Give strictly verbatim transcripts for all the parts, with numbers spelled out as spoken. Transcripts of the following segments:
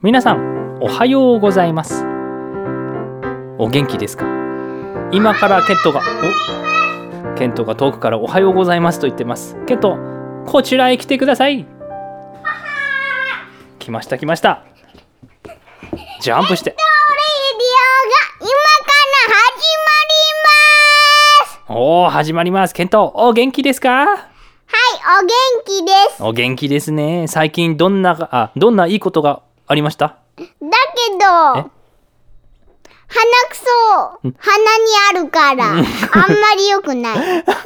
皆さんおはようございます。お元気ですか？今からケントがおケントが遠くからおはようございますと言ってます。ケント、こちらへ来てください。来ました来ました。ジャンプして。 レディオが今から始まります。 おー、始まります。ケント、お元気ですか？ はい、お元気です。 お元気ですね。最近どんなあどんないいことがありました？ だけど鼻くそ鼻にあるからあんまり良くない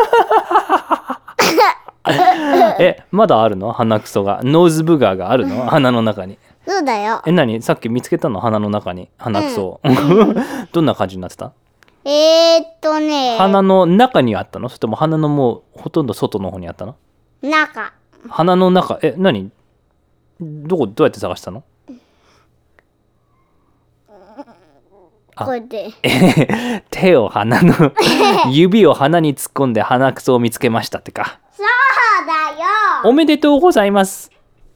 え、まだあるの？鼻くそが、ノーズブガーがあるの？鼻の中に。 そうだよ。 え、何？さっき見つけたの？鼻の中に鼻くそ、うん、どんな感じになってた？ えー、っとね鼻の中にあったの？それとも鼻のもうほとんど外の方にあったの？ 中。 鼻の中。え、何？どこどうやって探したの？ こうやって手を鼻の指を鼻に突っ込んで鼻くそを見つけましたってか。 そうだよ。 おめでとうございます。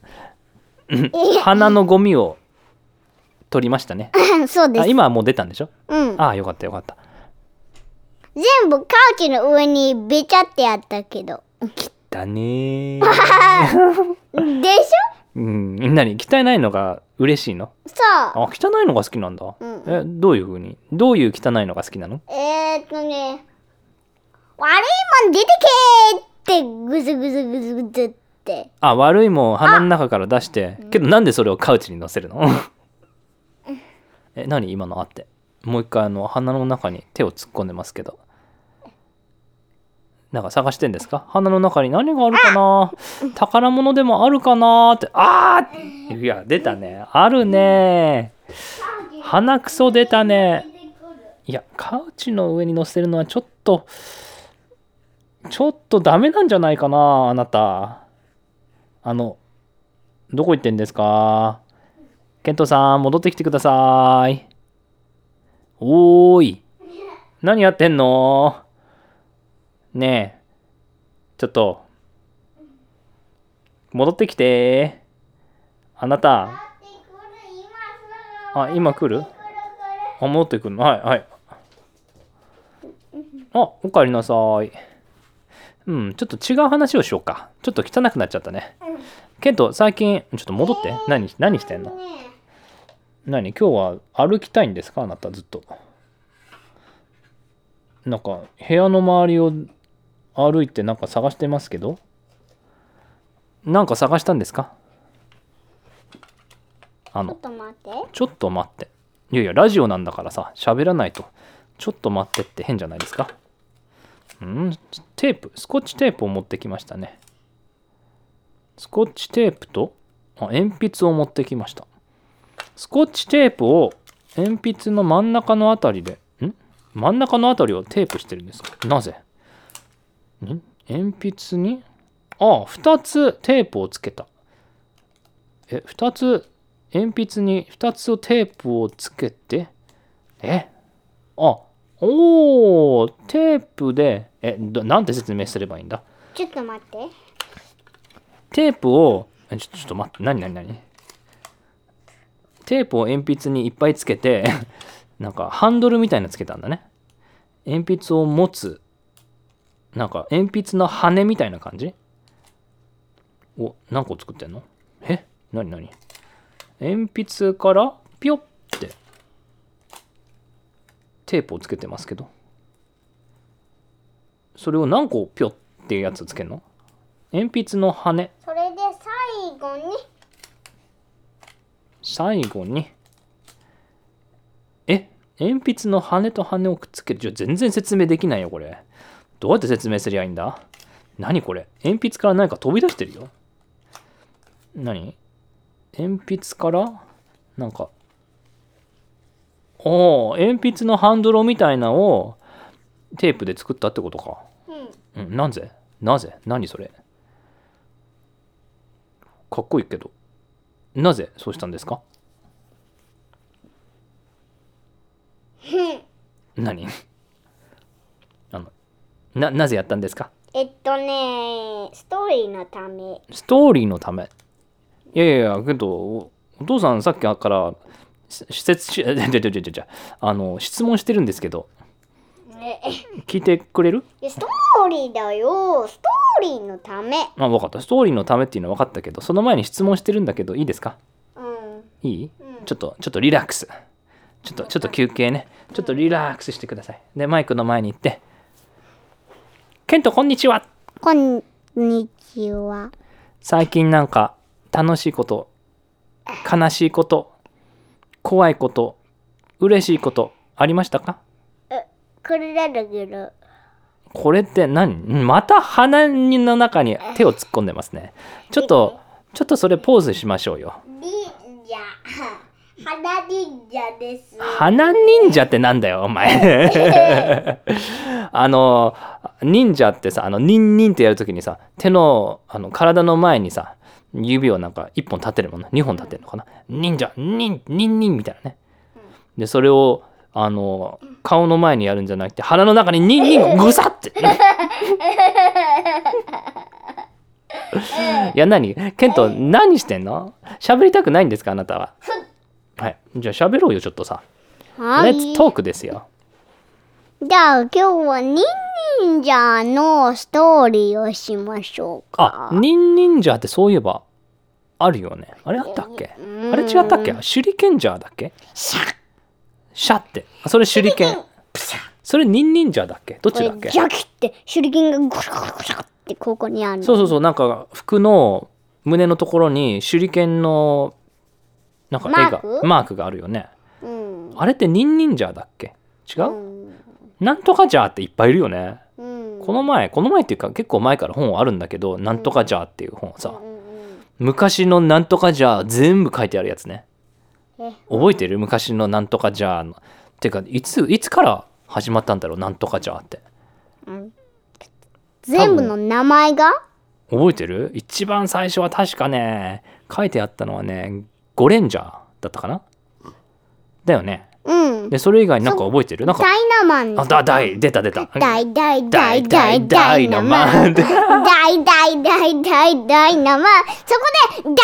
鼻のゴミを取りましたね。 そうです。 あ、今はもう出たんでしょ？ うん。 ああ、よかったよかった。 全部カウチの上にべちゃってあったけど。 だねでしょ？ うん、何？汚いのが嬉しいの？ そう。 あ、汚いのが好きなんだ。 うん、 え、どういう風に？どういう汚いのが好きなの？ えー、っとね、悪いもん出てけーってぐずぐずぐずぐずって。 あ、悪いもん鼻の中から出して、けどなんでそれをカウチに乗せるの？え、何今のあって。もう一回あの鼻の中に手を突っ込んでますけど。なんか探してんですか？鼻の中に何があるかな？宝物でもあるかなって。あー、いや出たね。あるね。鼻くそ出たね。いや、カウチの上に乗せるのはちょっとちょっとダメなんじゃないかな、あなた。あのどこ行ってんですか？ケントさん、戻ってきてください。おーい、何やってんの？ねえ、ちょっと戻ってきて。あなた。あ、今来る？あ、戻ってくるの？はいはい。あ、おかえりなさい。うん、ちょっと違う話をしようか。ちょっと汚くなっちゃったね。ケント、最近ちょっと戻って。何何してんの？何？今日は歩きたいんですか？あなたずっと。なんか部屋の周りを歩いてなんか探してますけど、なんか探したんですか？あのちょっと待って。 ちょっと待って。いやいや、ラジオなんだからさ、喋らないと。ちょっと待ってって変じゃないですか？うん、テープ、スコッチテープを持ってきましたね。スコッチテープとあ鉛筆を持ってきました。スコッチテープを鉛筆の真ん中のあたりで、ん真ん中のあたりをテープしてるんですか？なぜ？ん鉛筆にああ、ふたつテープをつけた。え、ふたつ、鉛筆にふたつをテープをつけて、えあ、おー、テープで、え、どなんて説明すればいいんだ？ ちょっと待って。 テープを、ちょちょっと待って、何何何？テープを鉛筆にいっぱいつけて、なんかハンドルみたいなのつけたんだね。鉛筆を持つ、なんか鉛筆の羽みたいな感じ？お、何個作ってんの？え、何何？鉛筆からピョッってテープをつけてますけど、それを何個ピョッっていうやつつけるの？鉛筆の羽。 それで最後に最後にえ鉛筆の羽と羽をくっつける。じゃ全然説明できないよこれ。どうやって説明すりゃいいんだ？何これ？鉛筆から何か飛び出してるよ。何？鉛筆からなんか、おお、鉛筆のハンドルみたいなのをテープで作ったってことか。うん、うん、なぜ？なぜ？何それ？かっこいいけど、なぜそうしたんですか？何？あのななぜやったんですか？ えっとね、ストーリーのため。 ストーリーのため。いやいやいや、けどお父さんさっきから施設しあの質問してるんですけど、聞いてくれる？ ストーリーだよ。ストーリーのため。 あ、分かった。ストーリーのためっていうのは分かったけど、その前に質問してるんだけど、いいですか？ うん。 いい？ うん、 ちょっとちょっとリラックス。ちょっとちょっと休憩ね。ちょっとリラックスしてください。でマイクの前に行って、ケントこんにちは。 こんにちは。 最近なんか楽しいこと、悲しいこと、怖いこと、嬉しいことありましたか？ え、これなんだけど。 これって何？また鼻の中に手を突っ込んでますね。ちょっとちょっとそれポーズしましょうよ。 忍者。花忍者です。 花忍者ってなんだよお前。あの忍者ってさ、あのニンニンってやるときにさ、手のあの体の前にさ、指をなんか一本立てるもんね。二本立てるのかな。忍者ニンニンニンみたいなね。でそれをあの顔の前にやるんじゃなくて、鼻の中にニンニングサって。いや何ケント何してんの？喋りたくないんですかあなたは。はい、じゃあ喋ろうよちょっとさ。 はい。 レッツトークですよ。 じゃあ今日はニン忍者のストーリーをしましょうか。 あ、ニン忍者ってそういえばあるよね。あれあったっけ？あれ違ったっけ？手裏剣ジャーだっけ？ シャッシャってそれ手裏剣。それニン忍者だっけ？どっちだっけ？ ジャキって手裏剣がゴシャゴシャってここにあるの。 そうそうそう、なんか服の胸のところに手裏剣のなんか絵がマークマークがあるよね。 うん、 あれってニン忍者だっけ？違う？ うん、 なんとかジャーっていっぱいいるよね。 うん、 この前この前っていうか結構前から本はあるんだけど、なんとかジャーっていう本さ、 うんうん、 昔のなんとかジャー全部書いてあるやつね。 え覚えてる？昔のなんとかジャーのてかいついつから始まったんだろうなんとかジャーって、 うん、全部の名前が覚えてる？一番最初は確かね書いてあったのはねゴレンジャーだったかなだよね。 うん。 でそれ以外になんか覚えてる？なんかダイナマン。 あだだい出た出たダイダイダイダイダイナマン。ダイダイダイダイダイナマン。そこで大爆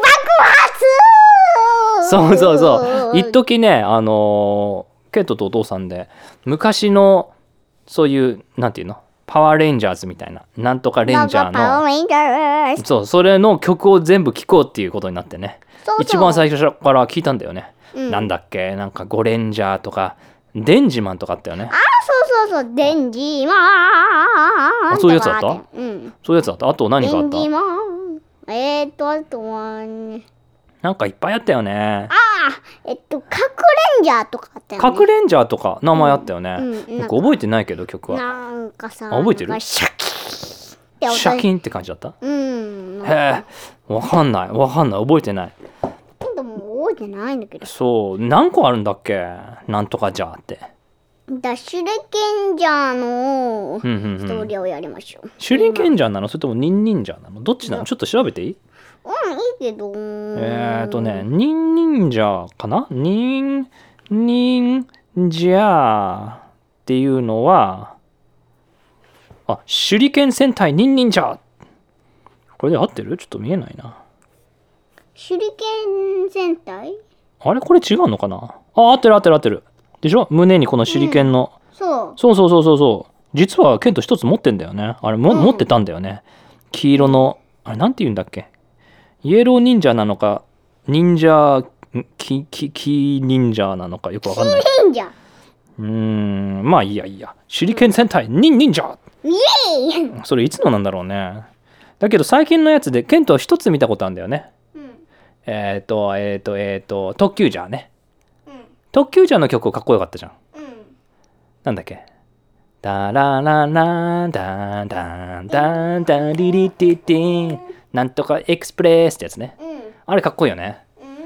発。 そうそうそう一時ねあのー、ケイトとお父さんで昔のそういうなんていうのパワーレンジャーズみたいななんとかレンジャーのパワーレンジャーズ。 そうそれの曲を全部聴こうっていうことになってね。 そうそう一番最初から聞いたんだよね、 うん、 なんだっけなんかゴレンジャーとかデンジマンとかあったよね。 あそうそうそうデンジマン。 あそういうやつだった？ うん、 そういうやつだった。あと何があった？ デンジマン。えーっとあとはねなんかいっぱいあったよね。 あえっと核レンジャーとかあったよね。 核レンジャーとか名前あったよね、 うんうん、 なんか覚えてないけど曲はなんかさあ覚えてる？ シャキーって音シャキンって感じだった？ うんへえわかんないわかんない覚えてない。 でも覚えてないんだけど。 そう何個あるんだっけなんとかじゃーってダシュレケンジャーのうんうんうんストーリーをやりましょう。 手裏剣ジャーなのそれともニンニンジャーなのどっちなのちょっと調べていい？ うんいいけどえーとねニンニンジャーかなニンニンジャーっていうのはあ手裏剣戦隊ニンニンジャーこれで合ってる？ちょっと見えないな。 手裏剣戦隊あれこれ違うのかなあ合ってる合ってる合ってるでしょ胸にこの手裏剣の、 うん、そうそうそうそうそうそう実はケント一つ持ってんだよねあれも、うん、持ってたんだよね黄色のあれなんて言うんだっけイエロー忍者なのか忍者キキキ忍者なのかよくわかんない。 忍者うーんまあいいやいいや手裏剣戦隊忍忍者イエーイそれいつのなんだろうね。だけど最近のやつでケントは一つ見たことあるんだよね、うん、えっ、ー、とえっ、ー、とえっ、ー、と特急ジャーね、うん、特急ジャーの曲かっこよかったじゃん、うん、なんだっけダラララダンダンダンダンリリティティンなんとかエクスプレスってやつね、うん、あれかっこいいよね。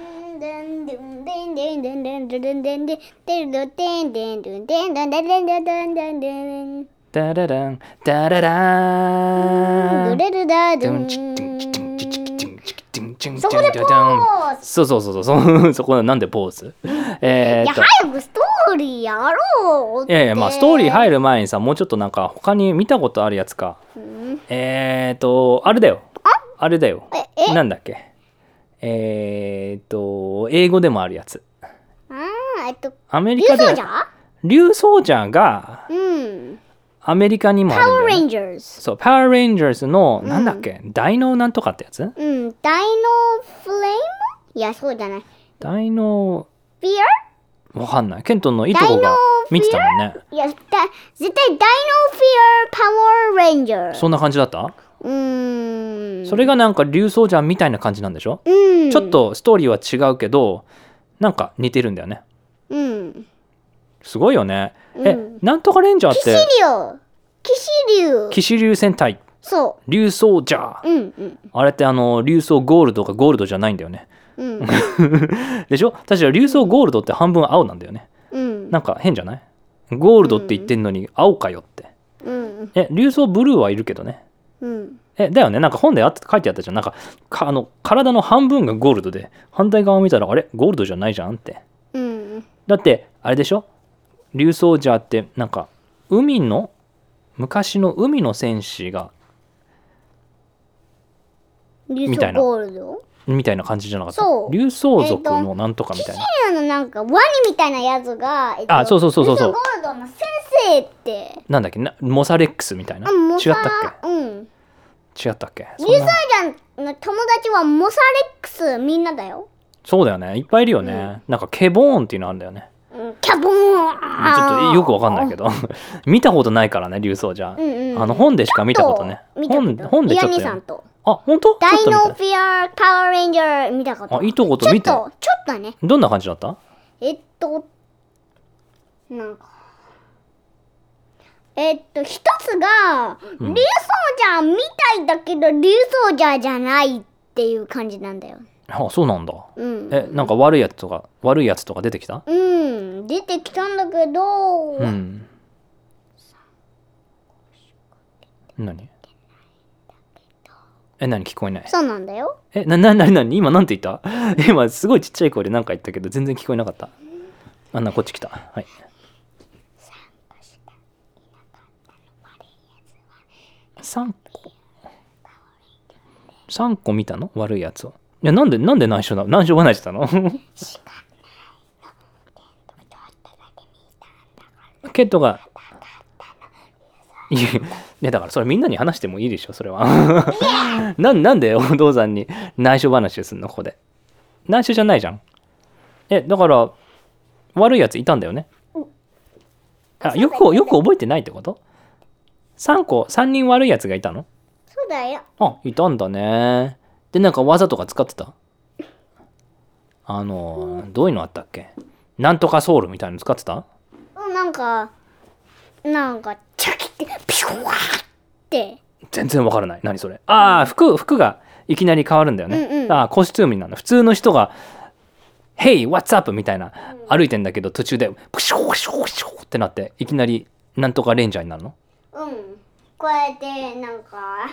ダラランダラランそこでポーズそうそうそうそうそこなんでポーズえー、いや早くストーリーやろうっていやいやまあストーリー入る前にさもうちょっとなんか他に見たことあるやつか、うん、えーとあれだよあれだよなんだっけえーっと英語でもあるやつ。 ああ、えっと、 アメリカで竜奏者竜奏者がうん。 アメリカにもあるんだよ、ね。 パワーレンジャーズ。 そう、パワーレンジャーズの、なんだっけ、ダイノなんとかってやつ？ うん、ダイノフレーム？いや、そうじゃない。 ダイノフィア？ わかんない。ケントンのいとこが見てたもんね。 いや、だ絶対ダイノフィアパワーレンジャー。 そんな感じだった？ うーん。 それがなんか竜奏者みたいな感じなんでしょ？ うん。 ちょっとストーリーは違うけど、なんか似てるんだよね。 うん。 すごいよね。え、 うんなんとかレンジャーっ騎士て竜。騎士竜。 騎士竜戦隊そ竜奏者、 う。うんうんあれってあの竜奏ゴールドかゴールドじゃないんだよね。 うんでしょ？確か竜奏ゴールドって半分青なんだよね。 うんなんか変じゃない？ゴールドって言ってんのに青かよって。 うんえ、竜奏ブルーはいるけどね。 うんえ、だよね。なんか本であって書いてあったじゃん。なんか、かあの体の半分がゴールドで、反対側を見たら、あれゴールドじゃないじゃんって。 うんだって、あれでしょ？竜奏者ってなんか海の昔の海の戦士が竜奏みたいなゴールドみたいな感じじゃなかった？ そう竜奏族のなんとかみたいな。 あのなんかワニみたいなやつが、えっとあそうそうそうそうそう竜奏ゴールドの先生ってなんだっけな、モサレックスみたいな。 あモサ違ったっうんけ？違ったっけ？そん竜な奏者の友達はモサレックスみんなだよ。 そうだよね。いっぱいいるよね。なんかケボーンっていうのあるんだよね。 うんキャボーン。 ちょっとよくわかんないけど見たことないからね、竜奏者、 うんうんあの本でしか見たことね。 見たこと本本でちょっとイヤネさんとあ、本当？ ダイノちょっと見フィアパワーレンジャー見たことあいいとこと見てちょっとちょっとねた。どんな感じだった？ えっとなんかえっと一つが竜奏者みたいだけど竜奏者じゃないっていう感じなんだよ。 あ、そうなんだ。 うんえ、なんか悪いやつとか悪いやつとか出てきた？ うん出てきたんだけど、 うん。何？え、何聞こえない？ そうなんだよ。 え、な、な、な、なに今なんて言った？今すごいちっちゃい声で何か言ったけど全然聞こえなかった。あんなこっち来た。はい。さんこさんこ見たの？悪いやつを。いや、なんでなんで内緒な内緒話したの？ケットがいやいやだからそれみんなに話してもいいでしょそれは。な, なんでお父さんに内緒話すんのここで？内緒じゃないじゃん。えだから悪いやついたんだよね。あよくよく覚えてないってこと？さんこさんにん悪いやつがいたの？ そうだよ。 あいたんだね。でなんか技とか使ってた？あのどういうのあったっけ？なんとかソウルみたいなの使ってた？ なんかなんかチャキってピュワーって全然わからない。何それ？ああ服服がいきなり変わるんだよね。 うんうん、 ああコスチュームになるの。普通の人が「Hey what's up?」みたいな歩いてんだけど途中でプシューシューシューってなっていきなりなんとかレンジャーになるの？ うんこうやってなんか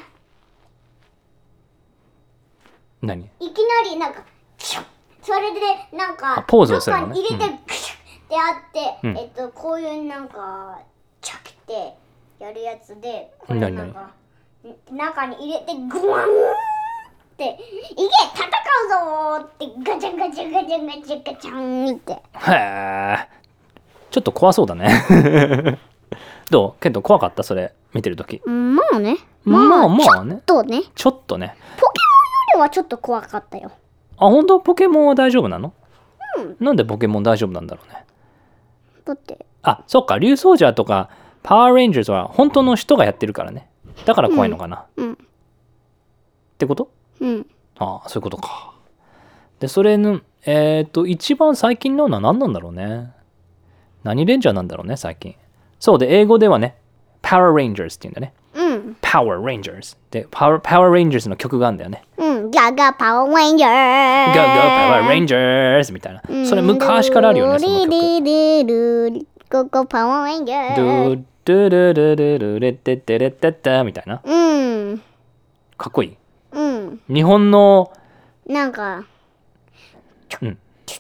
何？ いきなりなんかそれでなんかポーズをするのね。 中に入れてクシュってあって、 うん、 えっとこういうなんかチャキってやるやつでこれなんか中に入れてグワンっていけ戦うぞーってガチャガチャガチャガチャガチャンってへえちょっと怖そうだね。どうケント怖かったそれ見てるとき？ まあねまあまあねちょっとねちょっとねポケモンよりはちょっと怖かったよ。 あ本当？ポケモンは大丈夫なの？ うん、 なんでポケモン大丈夫なんだろうね。 だってあそっか竜奏者とかパワーレンジャーズは本当の人がやってるからね。だから怖いのかな、 うんうん、 ってこと？ うんああそういうことか。でそれのえっ、ー、と一番最近のは何なんだろうね。何レンジャーなんだろうね最近。そうで英語ではねパワーレンジャーズって言うんだね。 うんパワーレンジャーズでパワーパワーレンジャーズの曲があるんだよね。 うんガガパワーレンジャーガガパワーレンジャーズみたいな。それ昔からあるよねその曲。 ゴゴパワーレンジャードゥドゥルルルルレッテテレッテッタみたいな。 うんかっこいい。 うん日本のなんかうん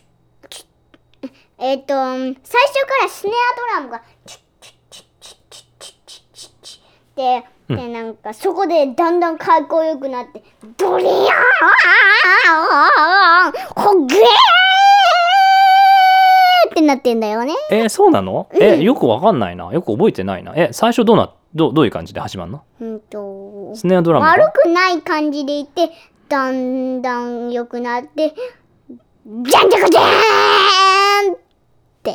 えっと最初からスネアドラムがチッチッチッチッチッチッチッチッチッでうんでなんかそこでだんだんかっこよくなってドリヤーンほげーってなってんだよね。 えーそうなの？ うんえよくわかんないな。よく覚えてないな。え最初どうなどうどういう感じで始まるの？ うんとスネアドラムが悪くない感じでいってだんだん良くなってじゃんじゃかじゃーんって。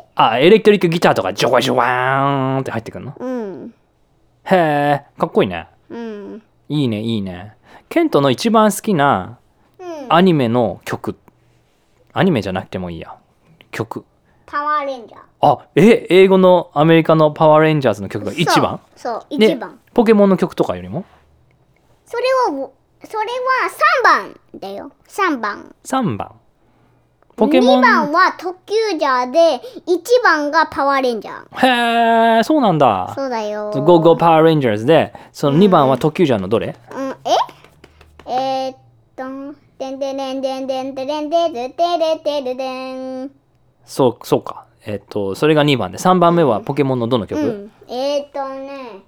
あエレクトリックギターとかジョワジョワーンって入ってくるの？ うんへえかっこいいね。 うんいいねいいね。ケントの一番好きなうんアニメの曲、アニメじゃなくてもいいや曲。 パワーレンジャー。 あえ英語のアメリカのパワーレンジャーズの曲が一番？ そうそうで一番。 ポケモンの曲とかよりもそれをそれはさんばんだよ。さんばん。 さんばんポケモン。 にばんは特急ジャーでいちばんがパワーレンジャー。 へえそうなんだ。 そうだよ。 ゴーゴーパワーレンジャーズでそのにばんは特急ジャーのどれ？ うん、ええー、っとでんでんでんでんでんでんでんでんでんでんでんでん。 そうそうか。えっとそれがにばんでさんばんめはポケモンのどの曲？ うん、えー、っとね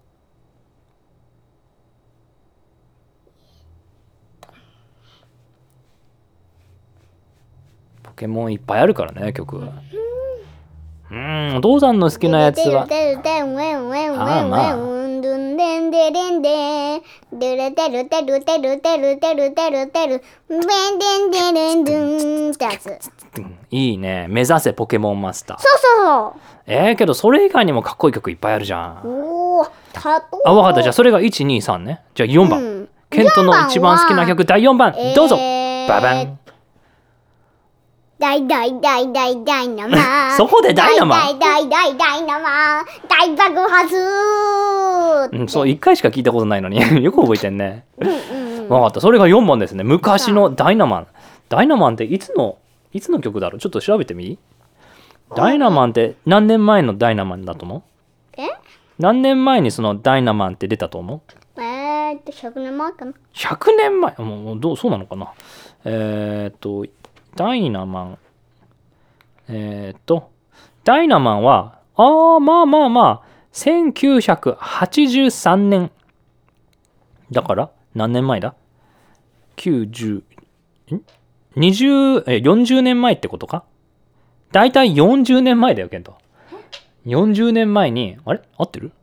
ポケモンいっぱいあるからね曲。うーんお父さんの好きなやつはてるてるてるウェンウェンウェンウェンウンドゥンデンデレンデデレテルテルテルテルテルテルテルベンデンデレンドゥンってやつ。そううんいいね。目指せポケモンマスター。 そうそう。 えー、けどそれ以外にもかっこいい曲いっぱいあるじゃん。 おお、たとあ、わかった。じゃあそれがいち、に、さんね。じゃあよんばん。 うんケントの一番好きな曲だいよんばん。どうぞ。 えーババン。 大大大大ダイナマそこでダイナマ大大大大ダイナマ大爆発。 うん、そう、いっかいしか聞いたことないのによく覚えてんね。 うんうんわかった。それがよんばんですね。昔のダイナマン。ダイナマンっていつの、いつの曲だろう？ちょっと調べてみい？ダイナマンって何年前のダイナマンだと思う？ え何年前にそのダイナマンって出たと思う？ えーっとひゃくねんまえかな。 ひゃくねんまえ。もうもうどうそうなのかな。えー、っとダイナマンえー、っとダイナマンはあーまあまあまあせんきゅうひゃくはちじゅうさんねんだから何年前だ？きゅうじゅうんにじゅうえよんじゅうねんまえってことか？だいたいよんじゅうねんまえだよケント。よんじゅうねんまえにあれ合ってる？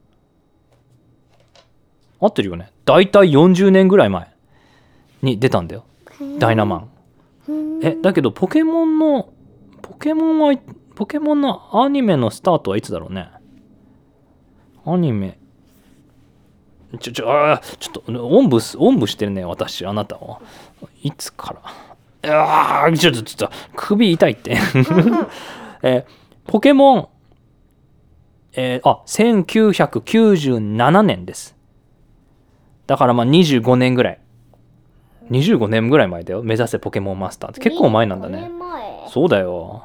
合ってるよね。だいたいよんじゅうねんぐらい前に出たんだよダイナマン。えだけどポケモンのポケモンはポケモンのアニメのスタートはいつだろうね。アニメちょちょあーちょっとおんぶすおんぶしてるね私あなたはいつからあーちょっとちょっと首痛いってえポケモンえー、あせんきゅうひゃくきゅうじゅうななねんです。だからまあにじゅうごねんぐらいにじゅうごねんぐらい前だよ。目指せポケモンマスターって結構前なんだね。 にじゅうごねんまえ。 そうだよ。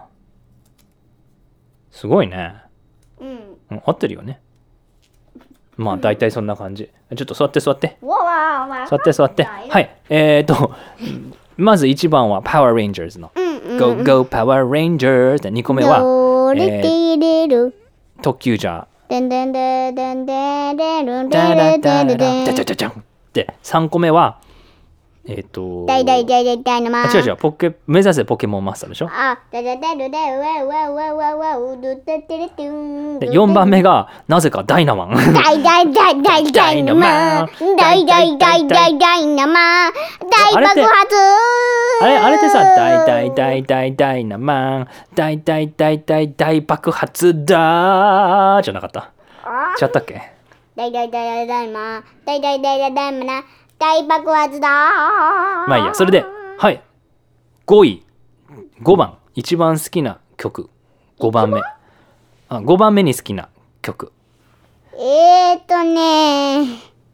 すごいね。 うん。 うん合ってるよね。まあ大体そんな感じ。ちょっと座って座ってわわわ。 座って座って。はいえー、っとまずいちばんはパワーレンジャーズのうんうん。 Go Go Power Rangers でにこめはドリティレル特急ジャーでんでんでんでんでんでんでんでダラんでんダラでんでんダチャチャチャンでさんこめはえー、っと大大大大大のまあ違う違うポケ目指せポケモンマスターでしょ。 あ、だだだだだわわわわわうどててれてん。 でよんばんめがなぜかダイナマン大大大大大のま大大大大大のま大爆発。 あれあれってさ大大大大大ナマン大大大大大爆発だーじゃなかったあ違ったっけ？ 大大大大大ま大大大大大まな大爆発だー。 まあいいやそれではいごいごばん一番好きな曲ごばんめあごばんめに好きな曲えーっとね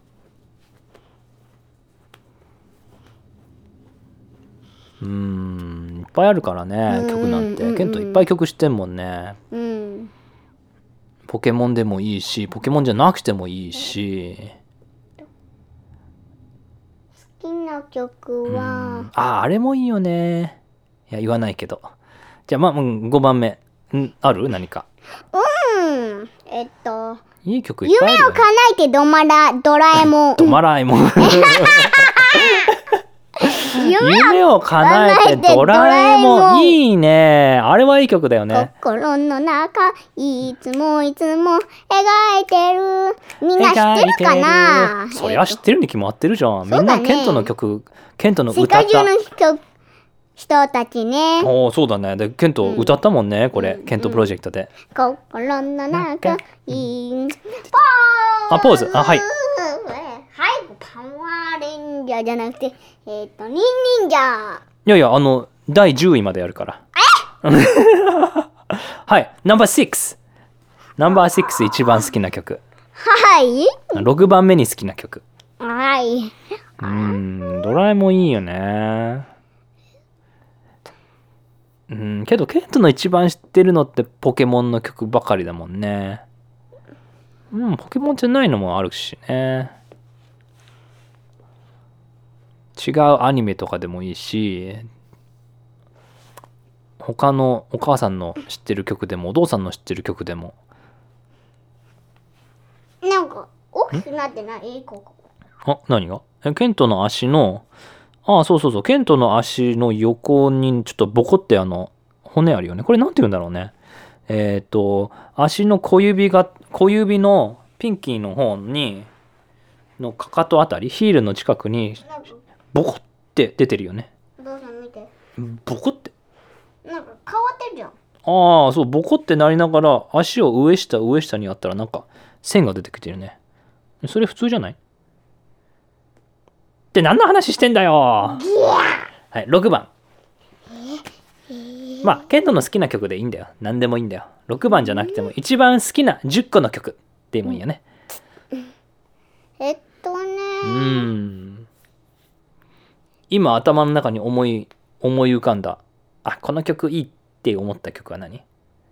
うーんいっぱいあるからね曲なんてケントいっぱい曲知ってんもんね。 うんポケモンでもいいしポケモンじゃなくてもいいし好きな曲はああれもいいよね。いや言わないけどじゃあまあうんごばんめんある何かうんえっといい曲いっぱいあるよ、ね、 夢を叶えてドマラドラえもんドマラえもん夢を叶えてドラえもん、いいね。あれはいい曲だよね。 心の中いつもいつも描いてる。みんな知ってるかな。 そりゃ知ってるに決まってるじゃん、みんなケントの曲、ケントの歌った。 世界中の曲人たちね。 おー、そうだね。でケント歌ったもんね、うん、これ、うん、ケントプロジェクトで、 うん、心の中いいあ、ポーズ、あ、はい、 はい、パワーレンジャーじゃなくて、えっと、ニンニンジャー。 いやいや、あの、だいじゅういまでやるから。はい、ナンバーシックス。ナンバーシックス一番好きな曲。 はい。 ろくばんめに好きな曲。 はい。 うーん、ドラえもんいいよね。うん、けど、ケントの一番知ってるのってポケモンの曲ばかりだもんね。うん、ポケモンじゃないのもあるしね。違うアニメとかでもいいし、他のお母さんの知ってる曲でもお父さんの知ってる曲でも。 なんか大きくなってないここ。 あ、何が？え、ケントの足の、ああ、そうそうそう、ケントの足の横にちょっとボコってあの骨あるよね。これなんて言うんだろうね。えっと足の小指が小指のピンキーの方にのかかとあたり、ヒールの近くにボコって出てるよね。 どうぞ見て。 ボコって。 なんか変わってるじゃん。 ああ、そう、ボコってなりながら足を上下上下にやったらなんか線が出てきてるね。それ普通じゃない？って何の話してんだよ。はい、ろくばん。まあケントの好きな曲でいいんだよ。何でもいいんだよ。ろくばんじゃなくても一番好きなじゅっこの曲でもいいよね。 えっとねうーん。今頭の中に思い思い浮かんだ、あ、この曲いいって思った曲は何？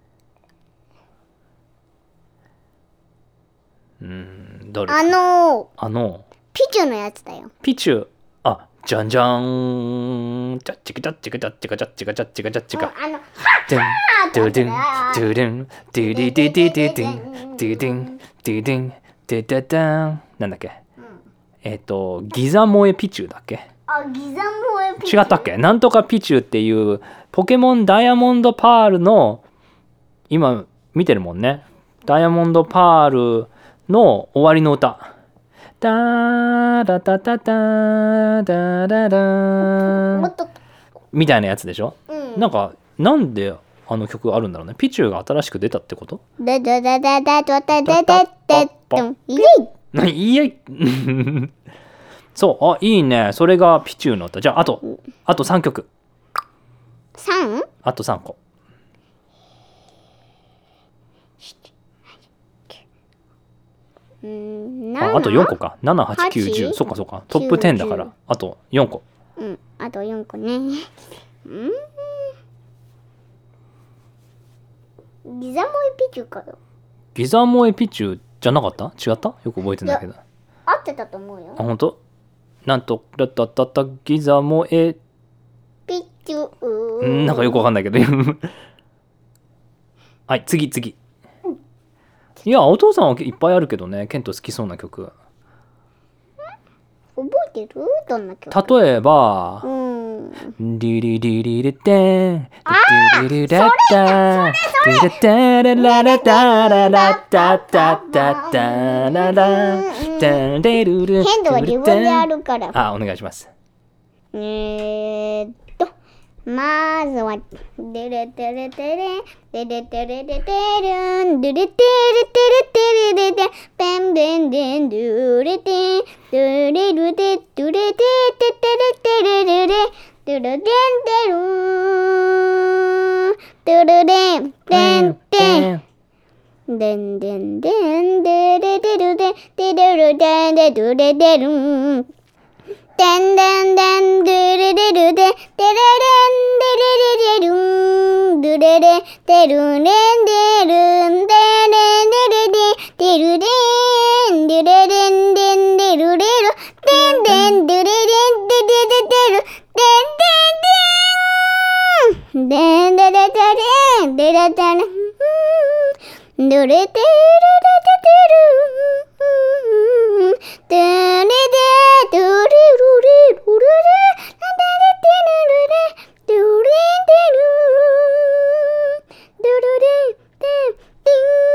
うーん、どれ？ あのあのピチューのやつだよ。 ピチュー、あ、じゃんじゃーん、チャッチカチャッチカチャッチカチャッチカチャッチカチャッチカ。 あの、 ドゥンドゥドゥンドゥドゥンドゥディディディディディンドゥドゥンドゥドゥンドゥダダン、なんだっけ？えっとギザモエピチューだっけ？ あ、ギザモエピチュー。 違ったっけ？なんとかピチューっていうポケモンダイヤモンドパールの、今見てるもんね。ダイヤモンドパールの終わりの歌。ダーダダダダダダダみたいなやつでしょ、うん、なんかなんであの曲あるんだろうね。ピチューが新しく出たってこと？ ダダダダダダダダダダイエイイエイそう、あ、いいね。それがピチューの歌。じゃああとあとさんきょく。 さん？ あとさんこ。あ, あとよんこか。なな、はち、きゅう、じゅう。そっかそっか。トップじゅうだから。あとよんこ。 うん、あとよんこね。うん。ギザモエピチューかよ。 ギザモエピチューじゃなかった？違った？よく覚えてないけど。 合ってたと思うよ。 あ、ほんと？なんと、ラッタッタッタギザモエピチュー。 んなんかよくわかんないけど。はい、次次。いや、お父さんはいっぱいあるけどね、ケント好きそうな曲。 覚えてる？どんな曲？ 例えば、 うん。 リリリリリテン、リリリラッタ、リリタラララタララタタタタララタレルル。 ケントは自分でやるから。 あ、お願いします。 えーっと。まずはデレデレデレデレデレデレデンデレデレデレデレデレペンベンデンドゥレデンドゥレルデドゥレデデデレデレドゥルデンデルドゥルデンデンデンデンデンデンデレデルデデレルデンデドゥレデルデンデンデンドゥレレルデデレレンデレレレルンドゥレレデルレンデルンデレレデルデンデレレンデンデルレルデンデンドゥレレンデデデデルデンデンデンデンデレデレデレドレテルレテテルドレデドレルレルレドレテルレドレテルドレテテ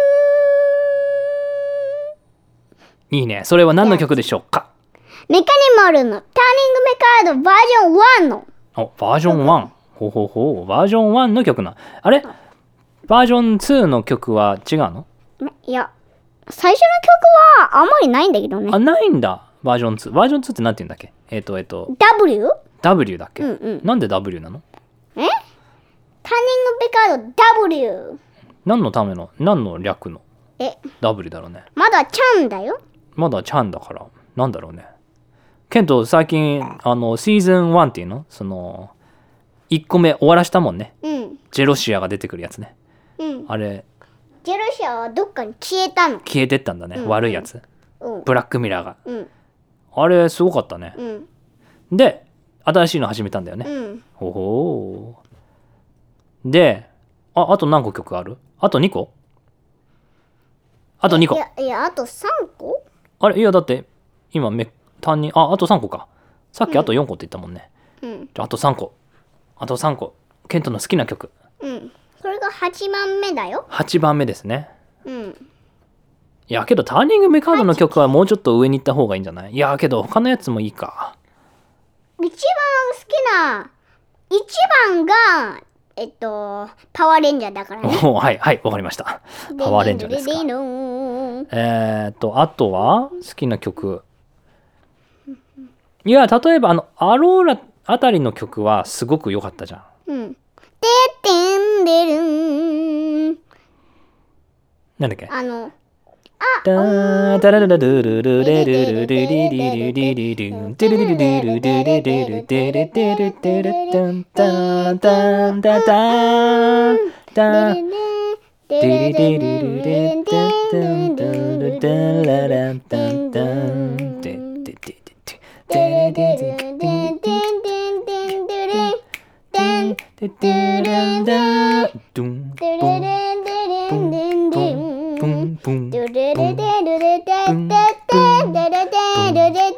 いいね。それは何の曲でしょうか？ メカニマルのターニングメカードバージョンワンの。 お、バージョンワン。ほうほうほう。バージョンワンの曲な。あれバージョンツーの曲は違うの？ いや、最初の曲はあんまりないんだけどね。 あ、ないんだ。バージョンツー。バージョンツーって何て言うんだっけ？えっと、えっと、 W？ W だっけ？ うんうん。 なんで W なの？ え？ターニングメカード W。 何のための？何の略の？ え？ W だろうね。 まだちゃんだよ。 まだちゃんだから。なんだろうね。ケント、最近、あの、シーズンワンっていうの？その、いっこめ終わらしたもんね。 うん。 ジェロシアが出てくるやつね。 うん。 あれ、 ジェロシアはどっかに消えたの。 消えてったんだね。 うん悪いやつ。 うん。 ブラックミラーが。 うん。 あれ、すごかったね。 うん。 で、新しいの始めたんだよね。 うん。 ほほー。で、あ、あと何個曲ある？あとにこ？あとにこ。 いや、いや、あとさんこ？ あれいや、だって、今、め、担任、あ、あとさんこか。さっきあとよんこって言ったもんね。 うん。 じゃあ、あとさんこ。あとさんこ。ケントの好きな曲。 うん。これがはちばんめだよ。 はちばんめですね。 うん。 いや、けど、ターニングメカードの曲はもうちょっと上に行った方がいいんじゃない？いや、けど、他のやつもいいか。 一番好きな、一番が、えっと、パワーレンジャーだからね。 おはい、はい、わかりました。パワーレンジャーですか。 ででででえーっと、あとは、好きな曲。いや、例えば、あの、アローラあたりの曲はすごく良かったじゃん。 うん。でてんでるん。 なんだっけ？ あの、 タータラララルルルレルルリリリリリリリンテルリリリルリリリルテレテレテレタンタンタンタタンタンテリリリルレンタンタンタンタンラランタンタンテテテテテテレテテテテテレンダドゥンドゥンブンブンブンドレレレレレテテテテレレテレレテ